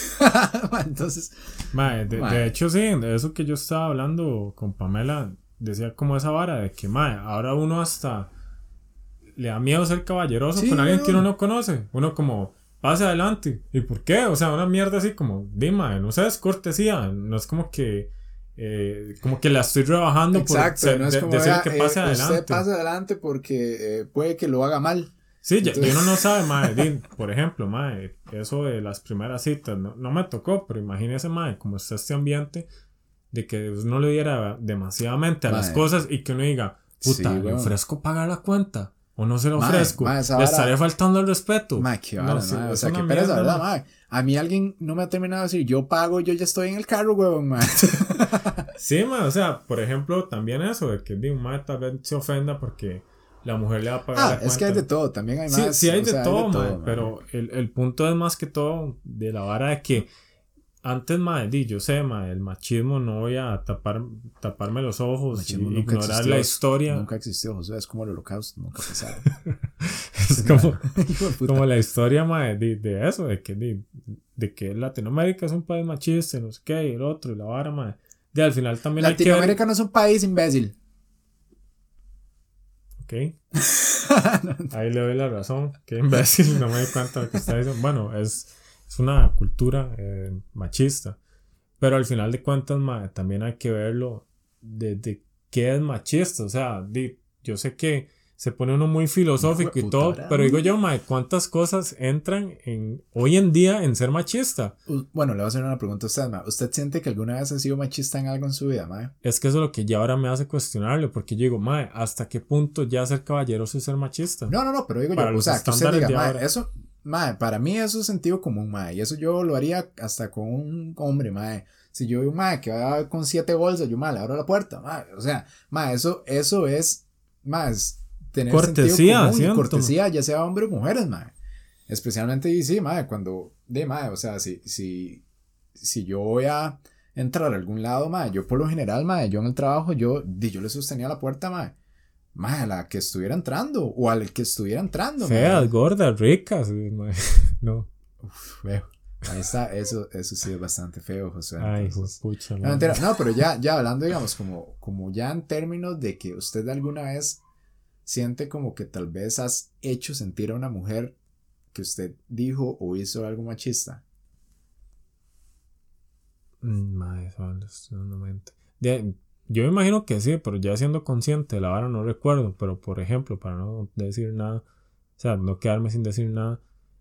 Ok. Entonces. Mae, de, mae. de hecho, sí, de eso que yo estaba hablando con Pamela, decía como esa vara de que, mae, ahora uno hasta le da miedo ser caballeroso sí, con alguien no. que uno no conoce. Uno como, pase adelante. ¿Y por qué? O sea, una mierda así como, dime, no sé, es cortesía. No es como que, eh, como que la estoy rebajando. Exacto, por no es de, como, decir vea, que pase eh, adelante. Usted pasa adelante porque eh, puede que lo haga mal. Sí, entonces... y uno no sabe, mae, por ejemplo, mae, eso de las primeras citas, no, no me tocó, pero imagínese, mae, como está este ambiente de que uno le diera demasiadamente a mae. las cosas y que uno diga, puta, sí, ¿le bueno. ofrezco pagar la cuenta? ¿O no se lo ofrezco? Mae, mae, ¿le vara... estaré faltando el respeto? Mae, qué vara, no, sí, mae, o sea, qué pereza, ¿verdad, mae? A mí alguien no me ha terminado de decir, yo pago, yo ya estoy en el carro, huevón, mae. Sí, mae, o sea, por ejemplo, también eso, de que un mae tal vez se ofenda porque... la mujer le va a pagar ah, la es cuenta. que hay de todo, también hay más. Sí, sí hay, de sea, todo, hay de todo, man, man. Pero el, el punto es más que todo de la vara de que antes, madre, di, yo sé, madre, el machismo no voy a tapar, taparme los ojos y ignorar existió, la historia. Nunca existió, José, es como el holocausto, nunca pasado. Es como, como la historia, madre, de, de eso, de que, de, de que Latinoamérica es un país machista, no sé qué, y el otro, y la vara, madre. De al final también Latinoamérica hay que ver... no es un país, imbécil. Ok. Ahí le doy la razón. Qué imbécil, no me di cuenta de lo que está diciendo. Bueno, es, es una cultura eh, machista. Pero al final de cuentas, ma, también hay que verlo desde qué es machista. O sea, di, yo sé que se pone uno muy filosófico y todo, bravo. Pero digo yo, mae, ¿cuántas cosas entran en hoy en día en ser machista? Bueno, le voy a hacer una pregunta a usted, mae. ¿Usted siente que alguna vez ha sido machista en algo en su vida, mae? Es que eso es lo que ya ahora me hace cuestionarlo, porque yo digo, mae, ¿hasta qué punto ya ser caballeroso es ser machista? No, no, no, pero digo para yo, o sea, que usted diga, mae, eso, mae, para mí eso es sentido común, mae, y eso yo lo haría hasta con un hombre, mae. Si yo veo un mae que va con siete bolsas, yo, mae, le abro la puerta, mae, o sea, mae, eso, eso es, más tener cortesía, sentido común y cortesía, ya sea hombre o mujeres, mae. Especialmente, y sí, mae, cuando, de mae, o sea, si, si, si yo voy a entrar a algún lado, mae, yo por lo general, mae, yo en el trabajo, yo, yo le sostenía la puerta, mae, mae, a la que estuviera entrando, o al que estuviera entrando, feas, gordas, ricas, mae, no. Uf, veo. Ahí está, eso, eso sí es bastante feo, José. Ay, pucha, no, mentira, no, pero ya, ya hablando, digamos, como, como ya en términos de que usted alguna vez siente como que tal vez has hecho sentir a una mujer que usted dijo o hizo algo machista. Madre, eso no me mente. Yo me imagino que sí, pero ya siendo consciente de la vara no recuerdo, pero por ejemplo, para no decir nada, o sea, no quedarme sin decir nada,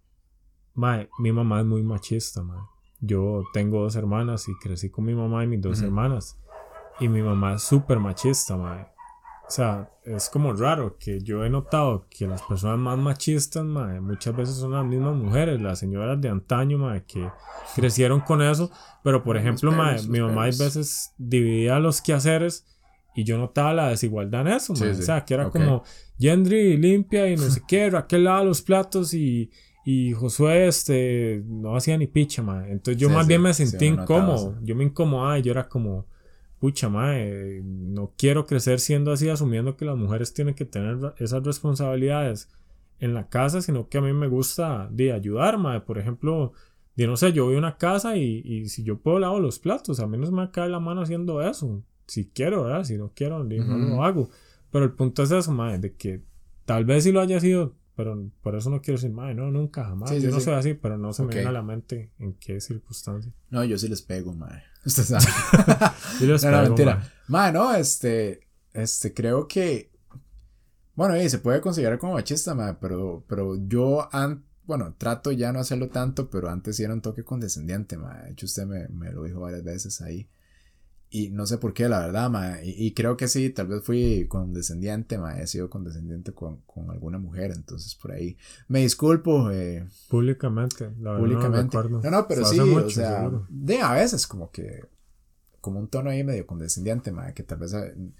mae, mi mamá es muy machista, mae. Yo tengo dos hermanas y crecí con mi mamá y mis dos uh-huh. hermanas. Y mi mamá es súper machista, mae. O sea, es como raro que yo he notado que las personas más machistas, mae, muchas veces son las mismas mujeres, las señoras de antaño, mae, que crecieron con eso. Pero, por ejemplo, mae, mi mamá hay veces dividía los quehaceres y yo notaba la desigualdad en eso, mae. Sí, sí. O sea, que era okay. como Yendri limpia y no sé qué, Raquel lava los platos y... Y Josué, este, no hacía ni picha, mae. Entonces yo sí, más sí, bien me sentí sí, incómodo. Yo me incomodaba y yo era como, pucha, mae, no quiero crecer siendo así, asumiendo que las mujeres tienen que tener esas responsabilidades en la casa, sino que a mí me gusta de ayudar, mae. Por ejemplo, de no sé, yo voy a una casa y, y si yo puedo lavo los platos, a mí no se me va a caer la mano haciendo eso. Si quiero, ¿verdad? Si no quiero, no uh-huh. lo hago. Pero el punto es eso, mae, de que tal vez si lo haya sido... Pero por eso no quiero decir, mae, no, nunca, jamás. Sí, yo sí, no soy sí. así, pero no se okay. me viene a la mente en qué circunstancia. No, yo sí les pego, mae. Usted sabe. sí les no, pego, no, mentira. Mae, no, este, este, creo que, bueno, eh, se puede considerar como machista, mae, pero, pero yo, an, bueno, trato ya no hacerlo tanto, pero antes sí era un toque condescendiente, mae. De hecho, usted me, me lo dijo varias veces ahí. Y no sé por qué, la verdad, ma, y, y creo que sí, tal vez fui condescendiente, ma, he sido condescendiente con, con alguna mujer, entonces por ahí, me disculpo. Eh, públicamente, la verdad públicamente. No, no, no, pero sí, mucho, o sea, de a veces como que, como un tono ahí medio condescendiente, ma, que tal vez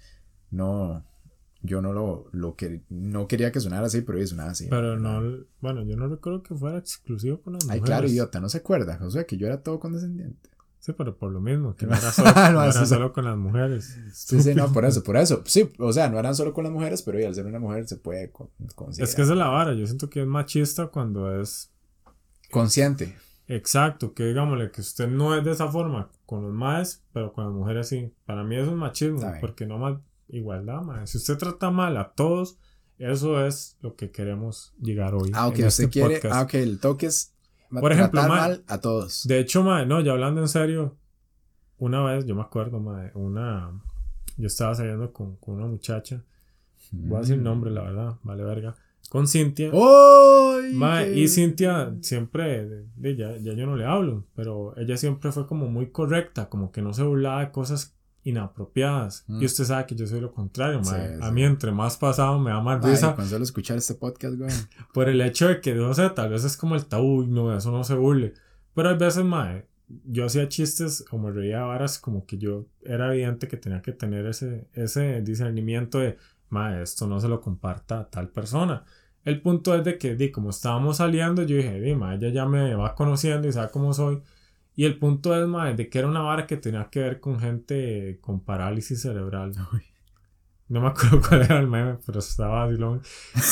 no, yo no lo, lo que, no quería que sonara así, pero sí sonaba así. Pero no, no, bueno, yo no recuerdo que fuera exclusivo con las mujeres. Ay, claro, idiota, ¿no se acuerda, Josué, que yo era todo condescendiente? Sí, pero por lo mismo, que no era solo, no no era solo con las mujeres. Sí, sí, no, por eso, por eso. Sí, o sea, no eran solo con las mujeres, pero y al ser una mujer se puede considerar. Es que esa es la vara, yo siento que es machista cuando es... consciente. Exacto, que digámosle que usted no es de esa forma con los maes, pero con las mujeres sí. Para mí eso es machismo, porque no más igualdad, maes. Si usted trata mal a todos, eso es lo que queremos llegar hoy. Ah, ok, usted este quiere, podcast. Ah, ok, el toque es... Por ejemplo, tratar ma, mal a todos. De hecho, ma, no, ya hablando en serio, una vez, yo me acuerdo, ma, una, yo estaba saliendo con, con una muchacha, mm. voy a decir el nombre, la verdad, vale verga, con Cintia. ¡Oh! Ma, y Cintia siempre, de, de, ya, ya yo no le hablo, pero ella siempre fue como muy correcta, como que no se burlaba de cosas inapropiadas. Mm. Y usted sabe que yo soy lo contrario, sí, a sí. mí entre más pasado me da más risa. Cuando suelo escuchar este podcast, güey. Por el hecho de que, no sé, tal vez es como el tabú, no, eso no se burle. Pero hay veces, mae, yo hacía chistes o me reía de varas como que yo era evidente que tenía que tener ese, ese discernimiento de, mae, esto no se lo comparta a tal persona. El punto es de que, di, como estábamos saliendo, yo dije, di, mae, ella ya me va conociendo y sabe cómo soy. Y el punto es, mae, de que era una vara que tenía que ver con gente con parálisis cerebral. Uy. No me acuerdo cuál era el meme, pero estaba así lo...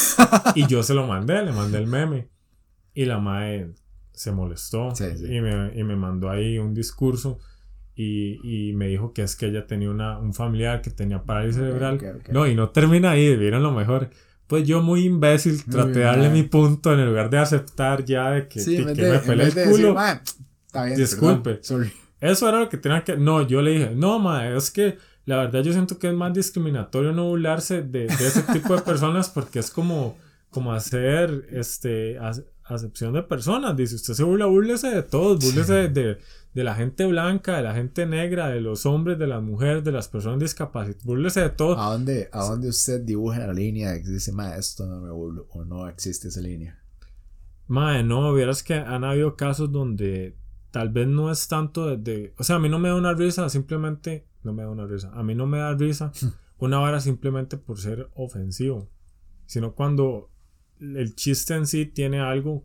Y yo se lo mandé, le mandé el meme. Y la mae se molestó. Sí, sí. Y, me, y me mandó ahí un discurso. Y, y me dijo que es que ella tenía una, un familiar que tenía parálisis okay, cerebral. Okay, okay. No, y no termina ahí, vieron lo mejor. Pues yo muy imbécil muy traté de darle mi punto en lugar de aceptar ya de que, sí, que, que de, me pelé el culo. Decir, está bien, disculpe. Eso era lo que tenía que... No, yo le dije, no, mae, es que la verdad yo siento que es más discriminatorio no burlarse de, de ese tipo de personas porque es como, como hacer este, a, acepción de personas. Dice, usted se burla, búrlese de todos, búrlese de, de, de la gente blanca, de la gente negra, de los hombres, de las mujeres, de las personas discapacitadas, búrlese de todo. ¿A dónde, a dónde usted dibuja la línea que dice, ma, esto no me burlo, o no existe esa línea? Mae, no, vieras que han habido casos donde tal vez no es tanto de, de- o sea, a mí no me da una risa, simplemente, no me da una risa, a mí no me da risa una vara simplemente por ser ofensivo, sino cuando el chiste en sí tiene algo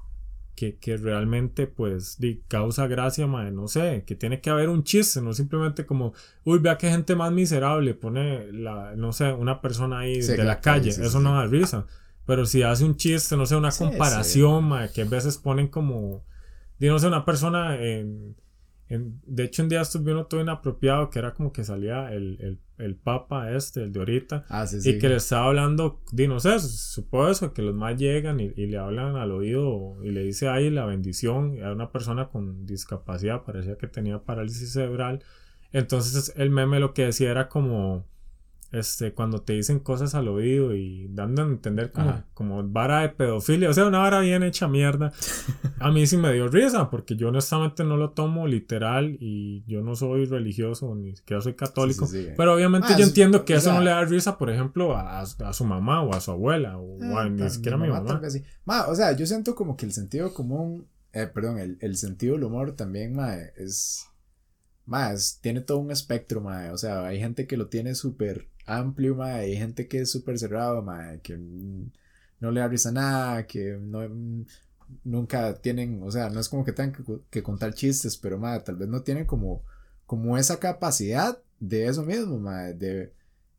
que, que realmente pues di, causa gracia, mae, no sé, que tiene que haber un chiste, no simplemente como, uy, vea qué gente más miserable, pone la, no sé, una persona ahí Sí, de que la la calle, calle, sí, eso sí, no sí. da risa. Pero si hace un chiste, no sé, una Sí, comparación, sí. mae, que a veces ponen como, di, no sé, una persona en, en- de hecho un día estuve viendo todo inapropiado que era como que salía el, el, el papa este, el de ahorita, Ah, sí, y sí. que le estaba hablando, di, no sé, supongo eso, que los más llegan y, y le hablan al oído y le dice ahí la bendición a una persona con discapacidad, parecía que tenía parálisis cerebral. Entonces el meme lo que decía era como, este, cuando te dicen cosas al oído y dando a entender como, Ajá. como vara de pedofilia, o sea, una vara bien hecha mierda. A mí sí me dio risa, porque yo honestamente no lo tomo literal y yo no soy religioso, ni siquiera soy Sí, sí, católico, sí. pero obviamente Ma, yo es- entiendo que o eso no le sea, da risa, por ejemplo, a, a- a su mamá o a su abuela, o a eh, ni ta- mi siquiera a mi mamá tal mamá. vez sí. Ma, o sea, yo siento como que el sentido común, eh, perdón, el, el sentido del humor también, ma, es, ma, es- tiene todo un espectro, ma, o sea, hay gente que lo tiene súper amplio, ma, hay gente que es súper cerrado, ma, que mm, no le da risa nada, que no, mm, nunca tienen, o sea, no es como que tengan que, cu- que contar chistes, pero, ma, tal vez no tienen como, como esa capacidad de eso mismo, ma, de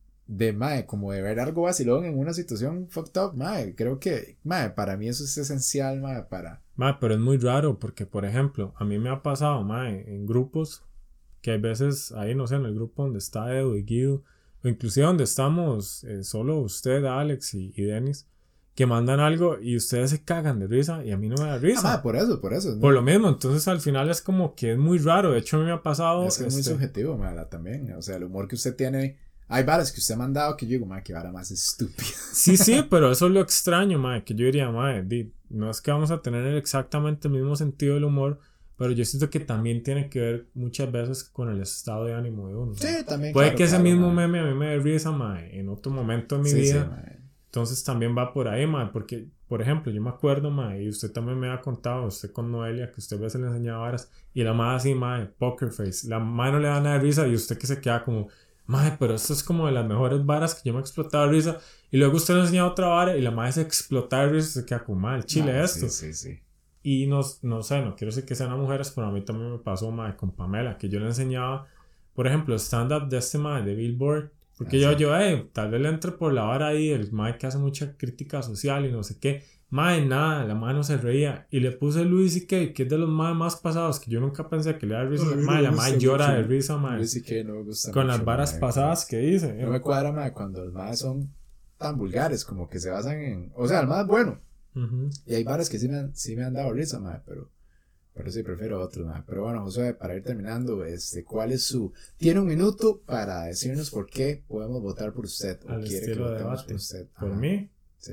de mae, como de ver algo vacilón en una situación fucked up, mae, creo que, mae, para mí eso es esencial, mae, para, Ma, pero es muy raro, porque por ejemplo, a mí me ha pasado, ma, en grupos, que hay veces ahí, no sé, en el grupo donde está Edu y Guido, o inclusive donde estamos eh, solo usted, Alex y, y Dennis, que mandan algo y ustedes se cagan de risa y a mí no me da ah, mae, risa. por eso, por eso, es Por muy, lo mismo, entonces al final es como que es muy raro. De hecho, a mí me ha pasado, es que es muy este, subjetivo, mae, la- también, o sea, el humor que usted tiene, hay varas que usted ha mandado que yo digo, mae, que vara más estúpida. sí, sí, pero eso es lo extraño, mae, que yo diría, mae, di, no es que vamos a tener exactamente el mismo sentido del humor, pero yo siento que también tiene que ver muchas veces con el estado de ánimo de uno. Sí, Mae. también, Puede claro, que ese claro, mismo mae. meme a mí me dé risa, mae, en otro momento de mi Sí, sí, vida. mae. Entonces también va por ahí, mae, porque, por ejemplo, yo me acuerdo, mae, y usted también me ha contado, usted con Noelia, que usted a veces le enseñaba varas, y la madre así, mae, poker face, la madre no le da nada de risa, y usted que se queda como, mae, pero esto es como de las mejores varas que yo me he explotado de risa, y luego usted le enseña otra vara, y la madre se explota de risa, y se queda como, mae, el chile Mae, esto. sí, sí, sí. Y no, no sé, no quiero decir que sean las mujeres, pero a mí también me pasó, mae, con Pamela, que yo le enseñaba, por ejemplo, stand-up de este mae, de Billboard, porque Ah, yo, sí. yo, eh, tal vez le entre por la vara ahí, el mae que hace mucha crítica social y no sé qué. Mae, nada, la mae no se reía. Y le puse Louis C K, que es de los mae más pasados, que yo nunca pensé que le daba risa. No, a mí no Mae, me la mae gusta llora mucho de risa, mae, Luis y que no me gusta con las mucho, varas mae, pasadas que dice. no me cuadra, mae, cuando los más son tan vulgares, como que se basan en, o sea, el más bueno. Uh-huh. Y hay varas que sí me han, sí me han dado risa, mae, pero, pero sí prefiero otros, mae. Pero bueno, José, para ir terminando, este, ¿cuál es su... Tiene un minuto para decirnos por qué podemos votar por usted, o Al quiere que estilo de votemos debate. por usted. Por Ajá, mí. sí.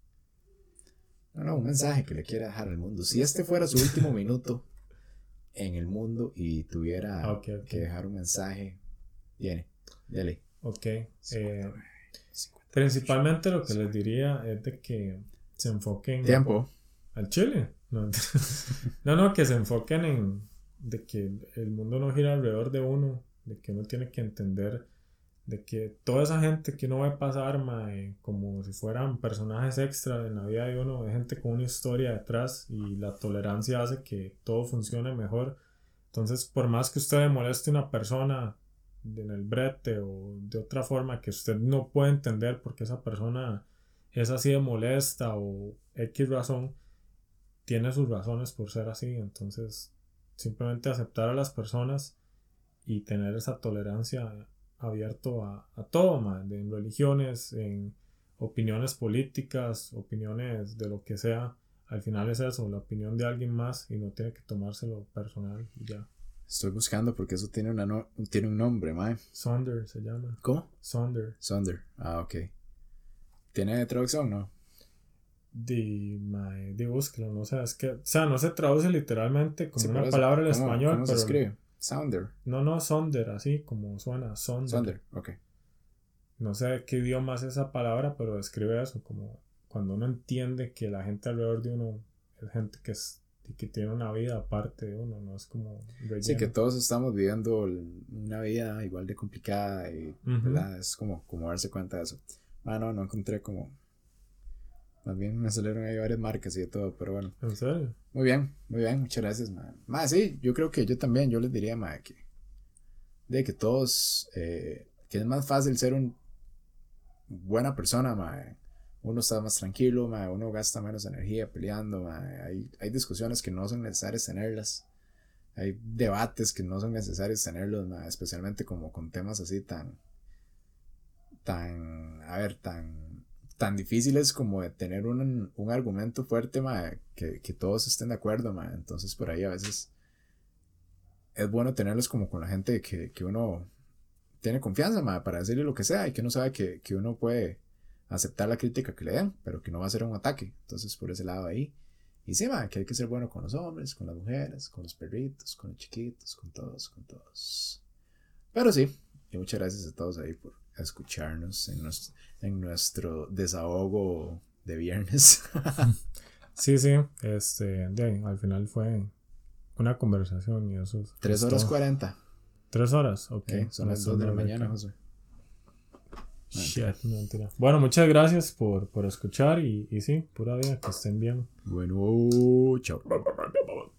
No, no, un mensaje que le quiera dejar al mundo. Si este fuera su último minuto en el mundo y tuviera Ok, ok. que dejar un mensaje, viene, dele. Ok. Eh, principalmente lo que les diría es de que se enfoquen Tiempo. al Chile. No, no, no, que se enfoquen en de que el mundo no gira alrededor de uno, de que uno tiene que entender de que toda esa gente que uno va a pasar, mae, como si fueran personajes extra en la vida de uno, es gente con una historia detrás y la tolerancia hace que todo funcione mejor. Entonces, por más que usted le moleste a una persona en el brete o de otra forma que usted no puede entender porque esa persona es así de molesta o X razón, tiene sus razones por ser así. Entonces, simplemente aceptar a las personas y tener esa tolerancia abierto a, a todo, man, en religiones, en opiniones políticas, opiniones de lo que sea. Al final es eso, la opinión de alguien más y no tiene que tomárselo personal y ya. Estoy buscando porque eso tiene, una no, tiene un nombre, mae. Sonder se llama. ¿Cómo? Sonder. Sonder. Ah, ok. ¿Tiene traducción? No. De, mae, de búsquelo, no sé, es que, o sea, no se traduce literalmente como Sí, una eso, palabra en ¿cómo, español, ¿cómo pero. se escribe? Sounder. No, no, Sonder, así como suena, Sonder. Sonder, ok. No sé qué idioma es esa palabra, pero describe eso, como cuando uno entiende que la gente alrededor de uno es gente que es que tiene una vida aparte de uno, no es como relleno. Sí, que todos estamos viviendo una vida igual de complicada y, uh-huh. ¿verdad? Es como, como darse cuenta de eso. Ah, no, no encontré como... Más bien me salieron ahí varias marcas y de todo, pero bueno. ¿En serio? Muy bien, muy bien, muchas gracias, ma. Ma, sí, yo creo que yo también, yo les diría, ma, que... De que todos... Eh, que es más fácil ser un... buena persona, ma. Uno está más tranquilo, ma, uno gasta menos energía peleando, ma, hay, hay discusiones que no son necesarias tenerlas, hay debates que no son necesarios tenerlos, ma, especialmente como con temas así tan, tan, a ver, tan, tan difíciles como de tener un, un argumento fuerte, ma, que, que todos estén de acuerdo, ma. Entonces por ahí a veces es bueno tenerlos como con la gente que, que uno tiene confianza, ma, para decirle lo que sea y que uno sabe que, que uno puede aceptar la crítica que le den, pero que no va a ser un ataque. Entonces por ese lado ahí. Y sí, ma, que hay que ser bueno con los hombres, con las mujeres, con los perritos, con los chiquitos, con todos, con todos. Pero sí, y muchas gracias a todos ahí por escucharnos en nuestro, en nuestro desahogo de viernes. Sí, sí, este, de, al final fue una conversación y eso. Tres horas cuarenta. Tres horas, ok. Okay, son las dos de la mañana, José. Shit, no, mentira. Bueno, muchas gracias por, por escuchar y, y sí, pura vida, que estén bien. Bueno, chao.